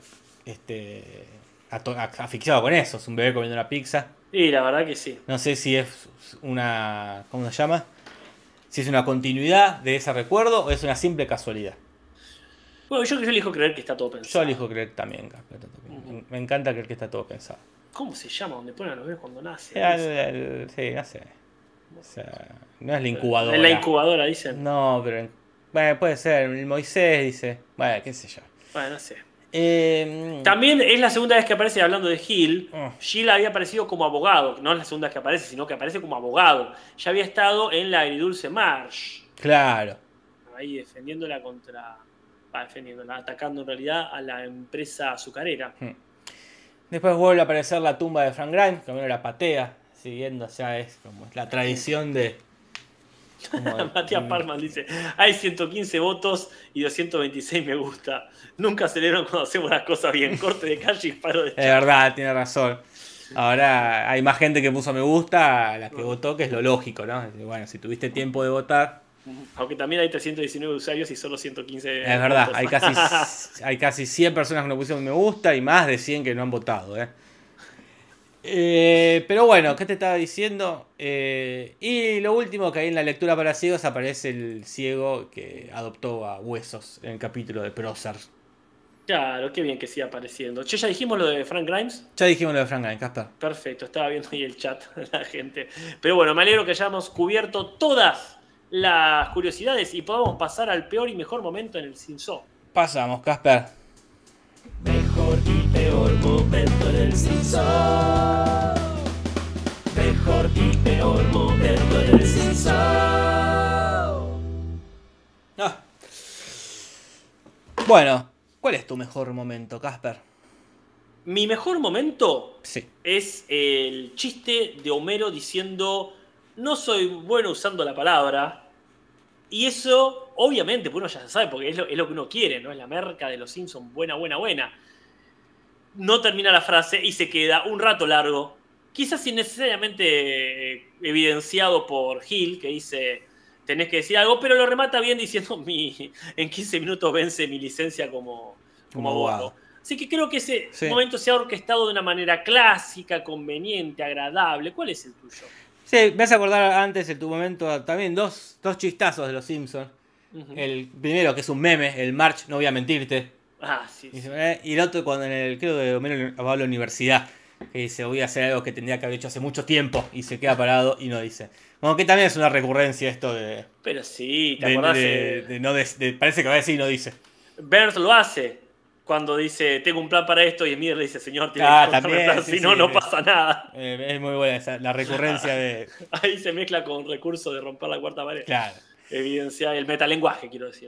asfixiado con eso. Es un bebé comiendo una pizza. Y la verdad que sí. No sé si es una... ¿Cómo se llama? Si es una continuidad de ese recuerdo o es una simple casualidad. Bueno, yo elijo creer que está todo Yo pensado. elijo creer también. Me encanta creer que está todo pensado. ¿Cómo se llama? Donde ponen a los bebés cuando nacen. Sí, no sé. O sea, no es la incubadora. En la incubadora, dicen. No, pero... Bueno, puede ser. El Moisés dice... Bueno, qué sé yo. Bueno, no sé. Eh, También es la segunda vez que aparece hablando de Gil. Oh. Gil había aparecido como abogado. No es la segunda vez que aparece, sino que aparece como abogado. Ya había estado en la agridulce Marsh. claro. Ahí defendiéndola atacando en realidad a la empresa azucarera. Después vuelve a aparecer la tumba de Frank Grimes, que primero la patea, siguiendo ya es como la tradición de... Matías Parman dice, hay 115 votos y 226 me gusta. Nunca celebran cuando hacemos las cosas bien. Corte de calle y paro de Es chat. verdad, tiene razón. Ahora hay más gente que puso me gusta a la que votó, que es lo lógico, ¿no? Bueno, si tuviste tiempo de votar... Aunque también hay 319 usuarios y solo 115 Es verdad, votos. hay casi 100 personas que no pusieron me gusta y más de 100 que no han votado, pero bueno, ¿qué te estaba diciendo? Y lo último, que ahí en la lectura para ciegos aparece el ciego que adoptó a Huesos en el capítulo de Prócer. Claro, qué bien que siga apareciendo. Che, ¿ya dijimos lo de Frank Grimes? Ya dijimos lo de Frank Grimes, Casper. Perfecto, estaba viendo ahí el chat de la gente. Pero bueno, me alegro que hayamos cubierto todas las curiosidades y podamos pasar al peor y mejor momento en el Simpson. Pasamos, Casper. Mejor y peor momento en el Simpson. Mejor y peor momento en el Simpson. Bueno, ¿cuál es tu mejor momento, Casper? Mi mejor momento Sí. es el chiste de Homero diciendo no soy bueno usando la palabra. Y eso, obviamente, pues uno ya sabe, porque es lo que uno quiere, ¿no? Es la merca de los Simpsons, buena, buena, buena. No termina la frase y se queda un rato largo, quizás innecesariamente evidenciado por Gil, que dice, tenés que decir algo, pero lo remata bien diciendo, en 15 minutos vence mi licencia como abogado. Así que creo que ese momento se ha orquestado de una manera clásica, conveniente, agradable. ¿Cuál es el tuyo? Sí, me hace acordar antes en tu momento también dos chistazos de los Simpsons. El primero, que es un meme, el March, no voy a mentirte. Ah, sí. Y el otro, cuando creo que Homero va a la universidad, que dice, voy a hacer algo que tendría que haber hecho hace mucho tiempo, y se queda parado y no dice. Como que también es una recurrencia esto de... Pero sí, ¿te acordás? Parece que va a decir y no dice. Bert lo hace. Cuando dice, tengo un plan para esto, y Emir le dice, señor, tiene que contarme el plan, si no, no pasa nada. Es muy buena la recurrencia de... Ahí se mezcla con recursos de romper la cuarta pared. Claro. Evidencia el metalenguaje, quiero decir, ¿no?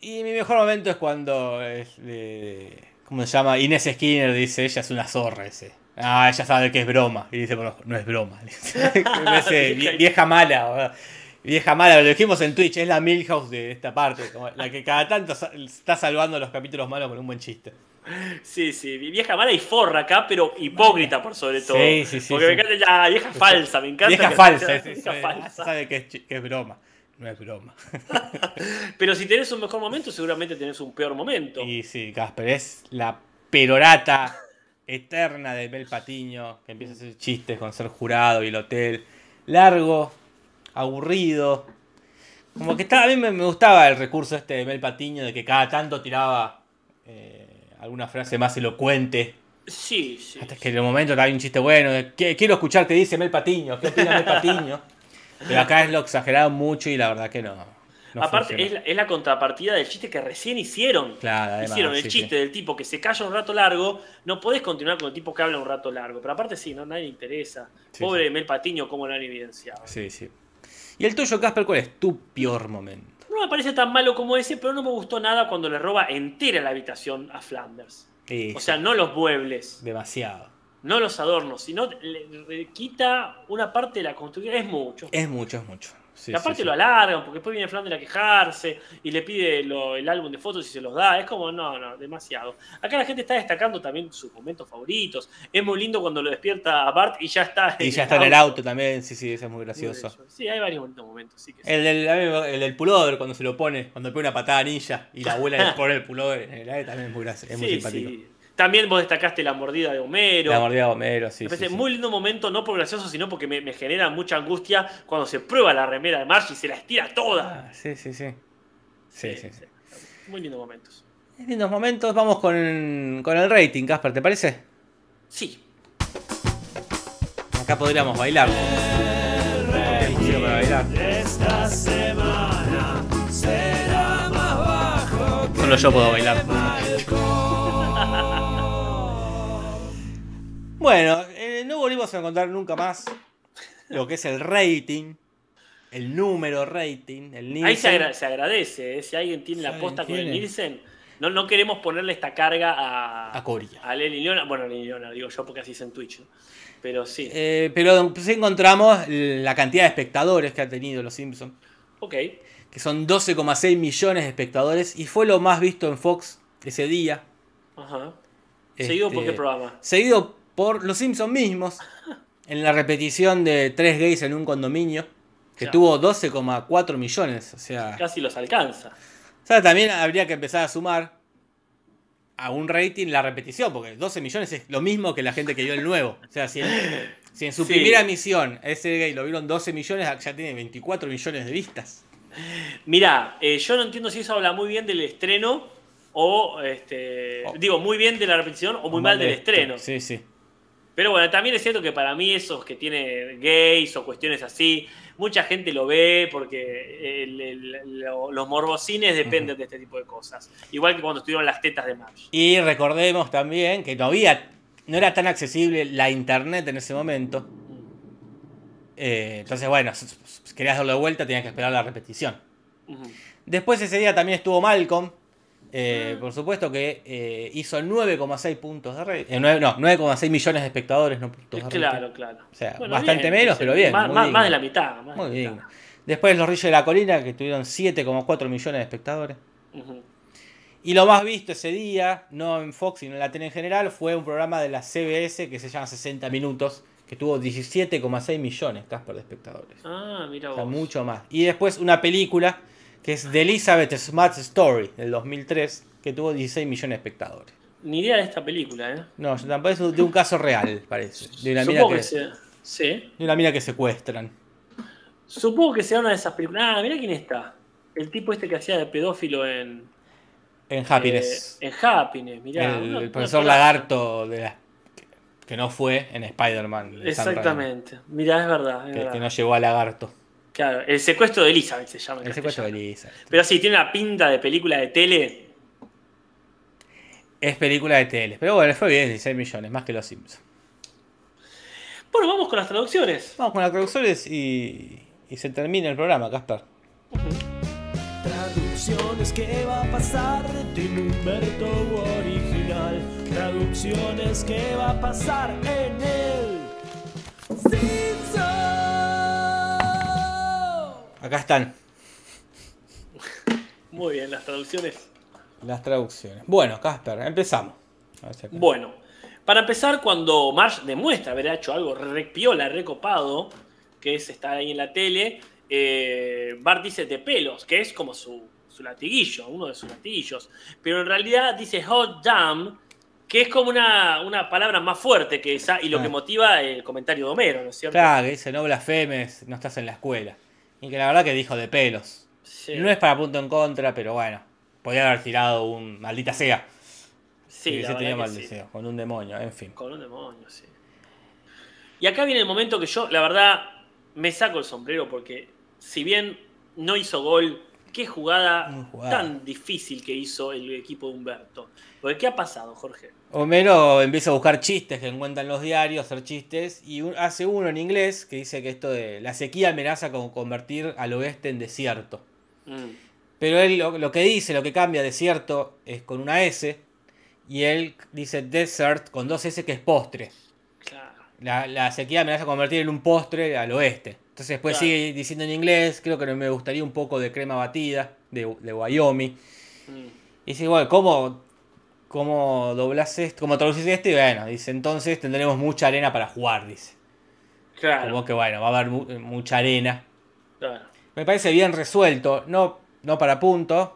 Y mi mejor momento es cuando, ¿cómo se llama? Inés Skinner dice, ella es una zorra ese. Ah, ella sabe que es broma. Y dice, bueno, no es broma. Ese, vieja mala, ¿verdad? Vieja mala, lo dijimos en Twitch, es la Milhouse de esta parte, como la que cada tanto está salvando los capítulos malos con un buen chiste. Sí, vieja mala y forra acá, pero hipócrita por sobre todo. Sí. Porque me encanta ya, vieja falsa, me encanta. Vieja falsa, Vieja falsa. sabe que es broma. No es broma. Pero si tenés un mejor momento, seguramente tenés un peor momento. Y sí, Casper, es la perorata eterna de Mel Patiño, que empieza a hacer chistes con ser jurado y el hotel. Largo, aburrido. Como que a mí me gustaba el recurso este de Mel Patiño, de que cada tanto tiraba alguna frase más elocuente. Sí. Hasta que en el momento había un chiste bueno, quiero escuchar qué dice Mel Patiño, qué opina Mel Patiño. Pero acá lo exageraron mucho y la verdad que no aparte es la contrapartida del chiste que recién hicieron. Claro, además, hicieron el chiste del tipo que se calla un rato largo. No podés continuar con el tipo que habla un rato largo. Pero aparte sí, nadie le interesa. Pobre Mel Patiño, cómo lo han evidenciado. Sí. ¿Y el tuyo, Casper, cuál es tu peor momento? No me parece tan malo como ese, pero no me gustó nada cuando le roba entera la habitación a Flanders. Sí, o sea, no los muebles. Demasiado. No los adornos, sino le quita una parte de la construcción. Es mucho. Es mucho. Sí, y aparte lo alargan, porque después viene Flanders a quejarse y le pide el álbum de fotos y se los da. Es como, no, demasiado. Acá la gente está destacando también sus momentos favoritos. Es muy lindo cuando lo despierta a Bart y ya está en el auto también. Sí, ese es muy gracioso. Sí, hay varios bonitos momentos. Sí que sí. El del pullover, cuando se lo pone, cuando pone una patada a Ninja y la abuela le pone el pullover en el aire, también es muy gracioso. Es muy simpático. Sí. También vos destacaste la mordida de Homero. La mordida de Homero, sí. Me parece muy lindo momento, no por gracioso, sino porque me genera mucha angustia cuando se prueba la remera de Marge y se la estira toda. Sí. Muy lindos momentos. Lindos momentos. Vamos con el rating, Casper, ¿te parece? Sí. Acá podríamos bailar. Para bailar. Esta semana será más bajo. Solo yo puedo bailar. Bueno, no volvimos a encontrar nunca más lo que es el rating, el número rating, el Nielsen. Ahí se agradece, si alguien tiene la posta con el Nielsen. No queremos ponerle esta carga a Coria. A Lenny Leonard. Bueno, Lenny Leonard, digo yo porque así es en Twitch, ¿no? Pero sí. Pero sí encontramos la cantidad de espectadores que ha tenido Los Simpsons. Ok. Que son 12,6 millones de espectadores y fue lo más visto en Fox ese día. Ajá. ¿Seguido por qué programa? Seguido por Los Simpsons mismos, en la repetición de 3 gays en un condominio, que tuvo 12,4 millones, o sea... Casi los alcanza. O sea, también habría que empezar a sumar a un rating la repetición, porque 12 millones es lo mismo que la gente que vio el nuevo. O sea, si en su primera emisión ese gay lo vieron 12 millones, ya tiene 24 millones de vistas. Mirá, yo no entiendo si eso habla muy bien del estreno o... digo, muy bien de la repetición o muy mal del estreno. Sí. Pero bueno, también es cierto que para mí esos que tiene gays o cuestiones así, mucha gente lo ve porque los morbosines dependen de este tipo de cosas. Igual que cuando estuvieron las tetas de Marge. Y recordemos también que no era tan accesible la internet en ese momento. Entonces, bueno, si querías darle vuelta tenías que esperar la repetición. Después ese día también estuvo Malcolm. Por supuesto que hizo 9,6 puntos de rating. 9,6 millones de espectadores, no puntos de rating. Claro. O sea, bueno, bastante bien, menos, pero bien. Más de la mitad. Muy bien. Después Los Reyes de la Colina, que tuvieron 7,4 millones de espectadores. Y lo más visto ese día, no en Fox, sino en la tele en general, fue un programa de la CBS que se llama 60 Minutos, que tuvo 17,6 millones, Casper, de espectadores. Ah, mira vos. O sea, mucho más. Y después una película que es The Elizabeth Smart Story, del 2003, que tuvo 16 millones de espectadores. Ni idea de esta película, ¿eh? No, tampoco es de un caso real, parece. De una mina Supongo que sea. Sí. De una mina que secuestran. Supongo que sea una de esas películas. Ah, mira quién está. El tipo este que hacía de pedófilo en Happiness. En Happiness, mirá. El profesor Lagarto que no fue en Spider-Man. Exactamente. Mirá, es verdad. Que no llegó a Lagarto. Claro, el secuestro de Elizabeth se llama. El secuestro de Elizabeth. Pero sí, tiene una pinta de película de tele. Es película de tele. Pero bueno, fue bien, 16 millones, más que Los Simpsons. Bueno, vamos con las traducciones. Vamos con las traducciones y se termina el programa, Casper. Traducciones, ¿qué va a pasar de Tim Humberto original? Traducciones, ¿qué va a pasar en el Simpson? Acá están Muy bien, las traducciones. las traducciones. Bueno, Casper, empezamos. A ver si acá. Bueno, para empezar, cuando Marge demuestra haber hecho algo re piola, recopado, que es estar ahí en la tele, Bart dice de pelos, que es como su latiguillo, uno de sus latiguillos. Pero en realidad dice hot damn, que es como una palabra más fuerte que esa, y lo que motiva el comentario de Homero, ¿no es cierto? Claro, que dice no blasfemes, no estás en la escuela. Y que la verdad que dijo de pelos. Sí. No es para punto en contra, pero bueno. Podía haber tirado un maldita sea. Sí, que la se tenía verdad mal que sí. deseo, con un demonio, en fin. Con un demonio, sí. Y acá viene el momento que yo, la verdad, me saco el sombrero porque si bien no hizo gol, qué jugada tan difícil que hizo el equipo de Humberto. Porque ¿qué ha pasado, Jorge? Homero empieza a buscar chistes que encuentra en los diarios, hacer chistes, y hace uno en inglés que dice que esto de la sequía amenaza con convertir al oeste en desierto. Pero él lo que dice, lo que cambia desierto es con una S, y él dice desert con dos S, que es postre. Claro. La sequía amenaza con convertir en un postre al oeste. Entonces después sigue diciendo en inglés, creo que me gustaría un poco de crema batida de Wyoming. Y dice, bueno, ¿cómo doblas esto? ¿Cómo traducís esto? Y bueno, dice, entonces tendremos mucha arena para jugar, dice. Claro. Como que bueno, va a haber mucha arena. Claro. Me parece bien resuelto, no para punto.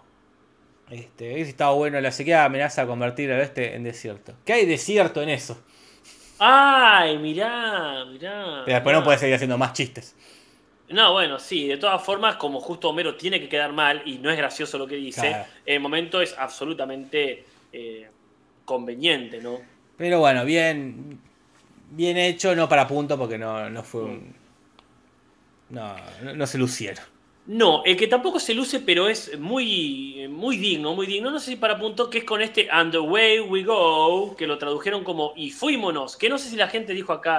Estaba bueno, la sequía amenaza a convertir al oeste en desierto. ¿Qué hay desierto en eso? ¡Ay, mirá! Pero después no puede seguir haciendo más chistes. No, bueno, sí, de todas formas, como justo Homero tiene que quedar mal y no es gracioso lo que dice, Claro. el momento es absolutamente conveniente, ¿no? Pero bueno, bien hecho, no para punto porque no fue un... No se lucieron. No, el que tampoco se luce, pero es muy digno, muy digno, no sé si para punto, que es con este And the Way We Go, que lo tradujeron como Y fuímonos, que no sé si la gente dijo acá,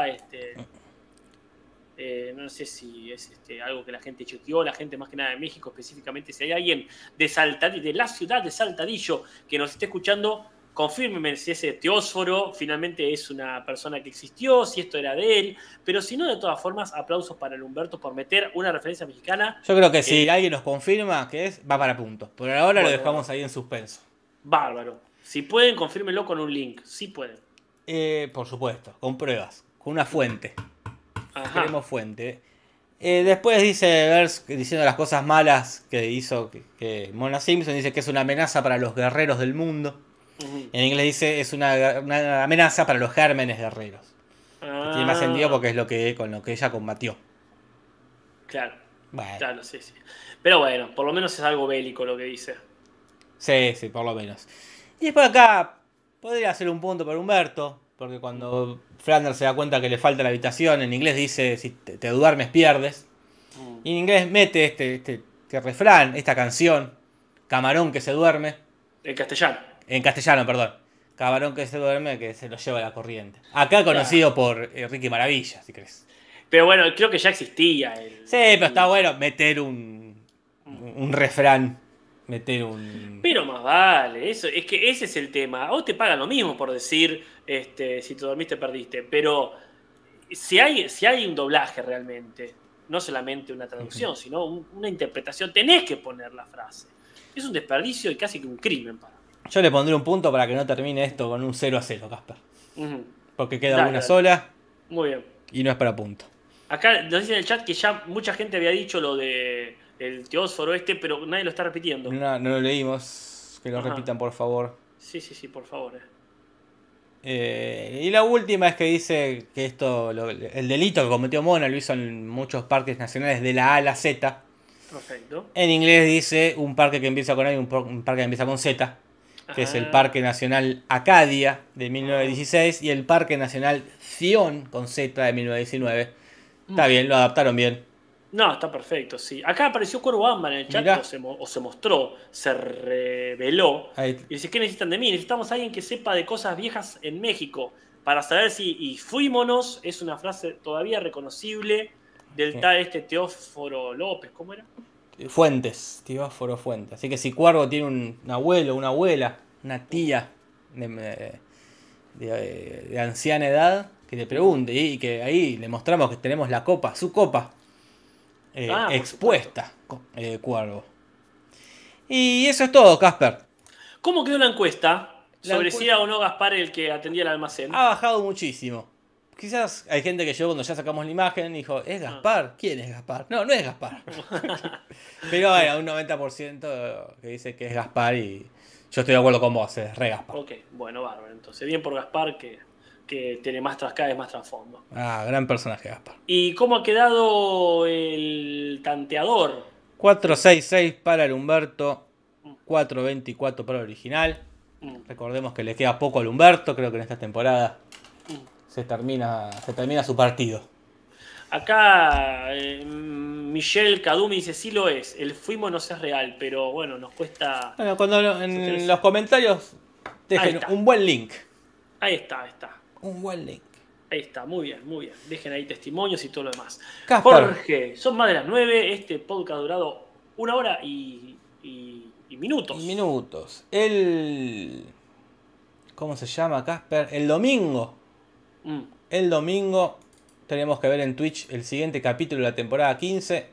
no sé si es algo que la gente chequeó, la gente más que nada de México específicamente, si hay alguien de la ciudad de Saltadillo que nos esté escuchando, confírmeme si ese Teósforo finalmente es una persona que existió, si esto era de él, pero si no, de todas formas, aplausos para el Humberto por meter una referencia mexicana. Yo creo que si alguien nos confirma que va para punto. Por ahora lo dejamos ahí en suspenso. Bárbaro. Si pueden, confírmenlo con un link. Sí pueden. Por supuesto, con pruebas, con una fuente. Ajá. Queremos fuente. Después dice Bers diciendo las cosas malas que hizo que Mona Simpson, dice que es una amenaza para los guerreros del mundo. En inglés dice es una amenaza para los gérmenes guerreros. Tiene más sentido porque es con lo que ella combatió. Claro. Bueno. Claro, sí. Pero bueno, por lo menos es algo bélico lo que dice. Sí, por lo menos. Y después acá podría hacer un punto para Humberto, porque cuando Flanders se da cuenta que le falta la habitación, en inglés dice si te duermes pierdes. Y en inglés mete este refrán, esta canción, Camarón que se duerme. En castellano, perdón. Camarón que se duerme, que se lo lleva la corriente. Acá conocido por Ricky Maravilla, si crees. Pero bueno, creo que ya existía. Sí, pero está bueno meter un refrán. Pero más vale, es que ese es el tema. A vos te pagan lo mismo por decir si te dormiste perdiste. Pero si hay un doblaje realmente, no solamente una traducción, sino una interpretación, tenés que poner la frase. Es un desperdicio y casi que un crimen para mí. Yo le pondré un punto para que no termine esto con un 0-0, Casper. Porque queda Dale, una sola. Muy bien. Y no es para punto. Acá nos dicen en el chat que ya mucha gente había dicho lo de el Teósforo pero nadie lo está repitiendo. No lo leímos. Que lo repitan, por favor. Sí, por favor. Y la última es que dice que el delito que cometió Mona lo hizo en muchos parques nacionales de la A a la Z. Perfecto. En inglés dice un parque que empieza con A y un parque que empieza con Z. Que es el Parque Nacional Acadia de 1916 y el Parque Nacional Zion con Z de 1919. Está bien, lo adaptaron bien. No, está perfecto, sí. Acá apareció Cuervo Ámbar en el chat, o se mostró, se reveló. Ahí. Y dice, ¿qué necesitan de mí? Necesitamos a alguien que sepa de cosas viejas en México para saber si y fuímonos es una frase todavía reconocible del tal Teóforo López, ¿cómo era? fuentes, Tibáforo Fuentes. Así que si Cuervo tiene un abuelo, una abuela, una tía de anciana edad, que le pregunte y que ahí le mostramos que tenemos la copa, su copa, expuesta, Cuervo. Y eso es todo, Casper. ¿Cómo quedó la encuesta sobre si era o no Gaspar el que atendía el almacén? Ha bajado muchísimo. Quizás hay gente que llegó cuando ya sacamos la imagen y dijo, ¿es Gaspar? ¿Quién es Gaspar? No, no es Gaspar. Pero hay un 90% que dice que es Gaspar y yo estoy de acuerdo con vos, es re Gaspar. Ok, bueno, bárbaro. Entonces, bien por Gaspar que tiene más cada vez más trasfondo. Gran personaje Gaspar. ¿Y cómo ha quedado el tanteador? 466 para el Humberto, 424 para el original. Recordemos que le queda poco al Humberto, creo que en esta temporada se termina su partido. Acá Michelle Kadumi dice, sí lo es, el fuimos no es real, pero bueno, nos cuesta... Bueno, cuando en los comentarios dejen un buen link. Ahí está. Un buen link. Ahí está, muy bien. Dejen ahí testimonios y todo lo demás. Casper. Jorge, son más de las 9, este podcast ha durado 1 hora y minutos. ¿Cómo se llama, Casper? El domingo. El domingo tenemos que ver en Twitch el siguiente capítulo de la temporada 15.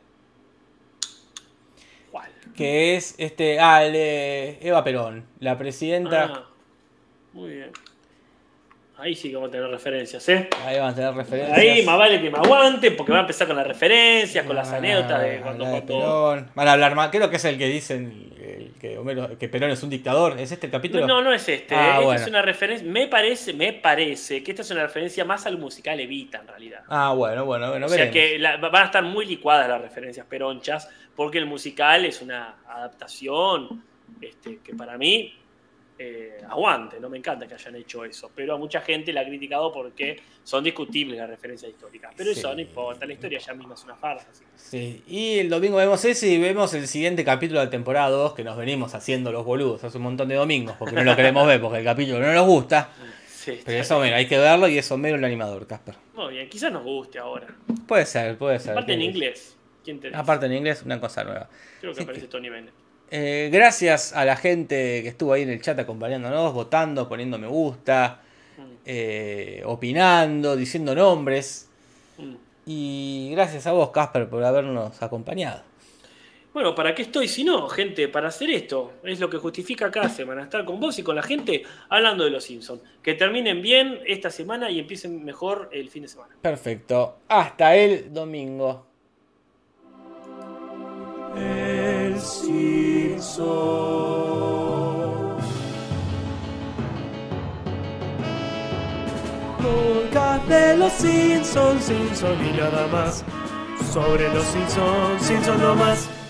¿Cuál? Que es el de Eva Perón, la presidenta. Muy bien. Ahí sí que vamos a tener referencias, ¿eh? Ahí van a tener referencias. Ahí más vale que me aguanten porque va a empezar con las referencias, con las anécdotas de cuando Perón. Van a hablar más. Creo que es el que dicen que Perón es un dictador. ¿Es este el capítulo? No es este. Bueno. Es una referencia. Me parece que esta es una referencia más al musical Evita, en realidad. Bueno, O sea que van a estar muy licuadas las referencias peronchas, porque el musical es una adaptación que para mí aguante. No me encanta que hayan hecho eso, pero a mucha gente la ha criticado porque son discutibles las referencias históricas. Pero eso no importa, la historia ya misma es una farsa. Así. Sí, y el domingo vemos ese y vemos el siguiente capítulo de la temporada 2, que nos venimos haciendo los boludos hace un montón de domingos, porque no lo queremos ver, porque el capítulo no nos gusta. Sí, pero eso, mira, hay que verlo y es Homero el animador, Casper. Muy bien, quizás nos guste ahora. Puede ser. Aparte en inglés. ¿Quién te dice? Aparte en inglés, una cosa nueva. Creo que aparece Tony Bennett. Gracias a la gente que estuvo ahí en el chat acompañándonos, votando, poniendo me gusta, opinando, diciendo nombres. Y gracias a vos, Casper, por habernos acompañado. Bueno, ¿para qué estoy si no, gente? Para hacer esto. Es lo que justifica cada semana. Estar con vos y con la gente hablando de los Simpsons. Que terminen bien esta semana y empiecen mejor el fin de semana. Perfecto. Hasta el domingo. El Simpson. Podcast de los Simpsons y nada más. Sobre los Simpsons no más.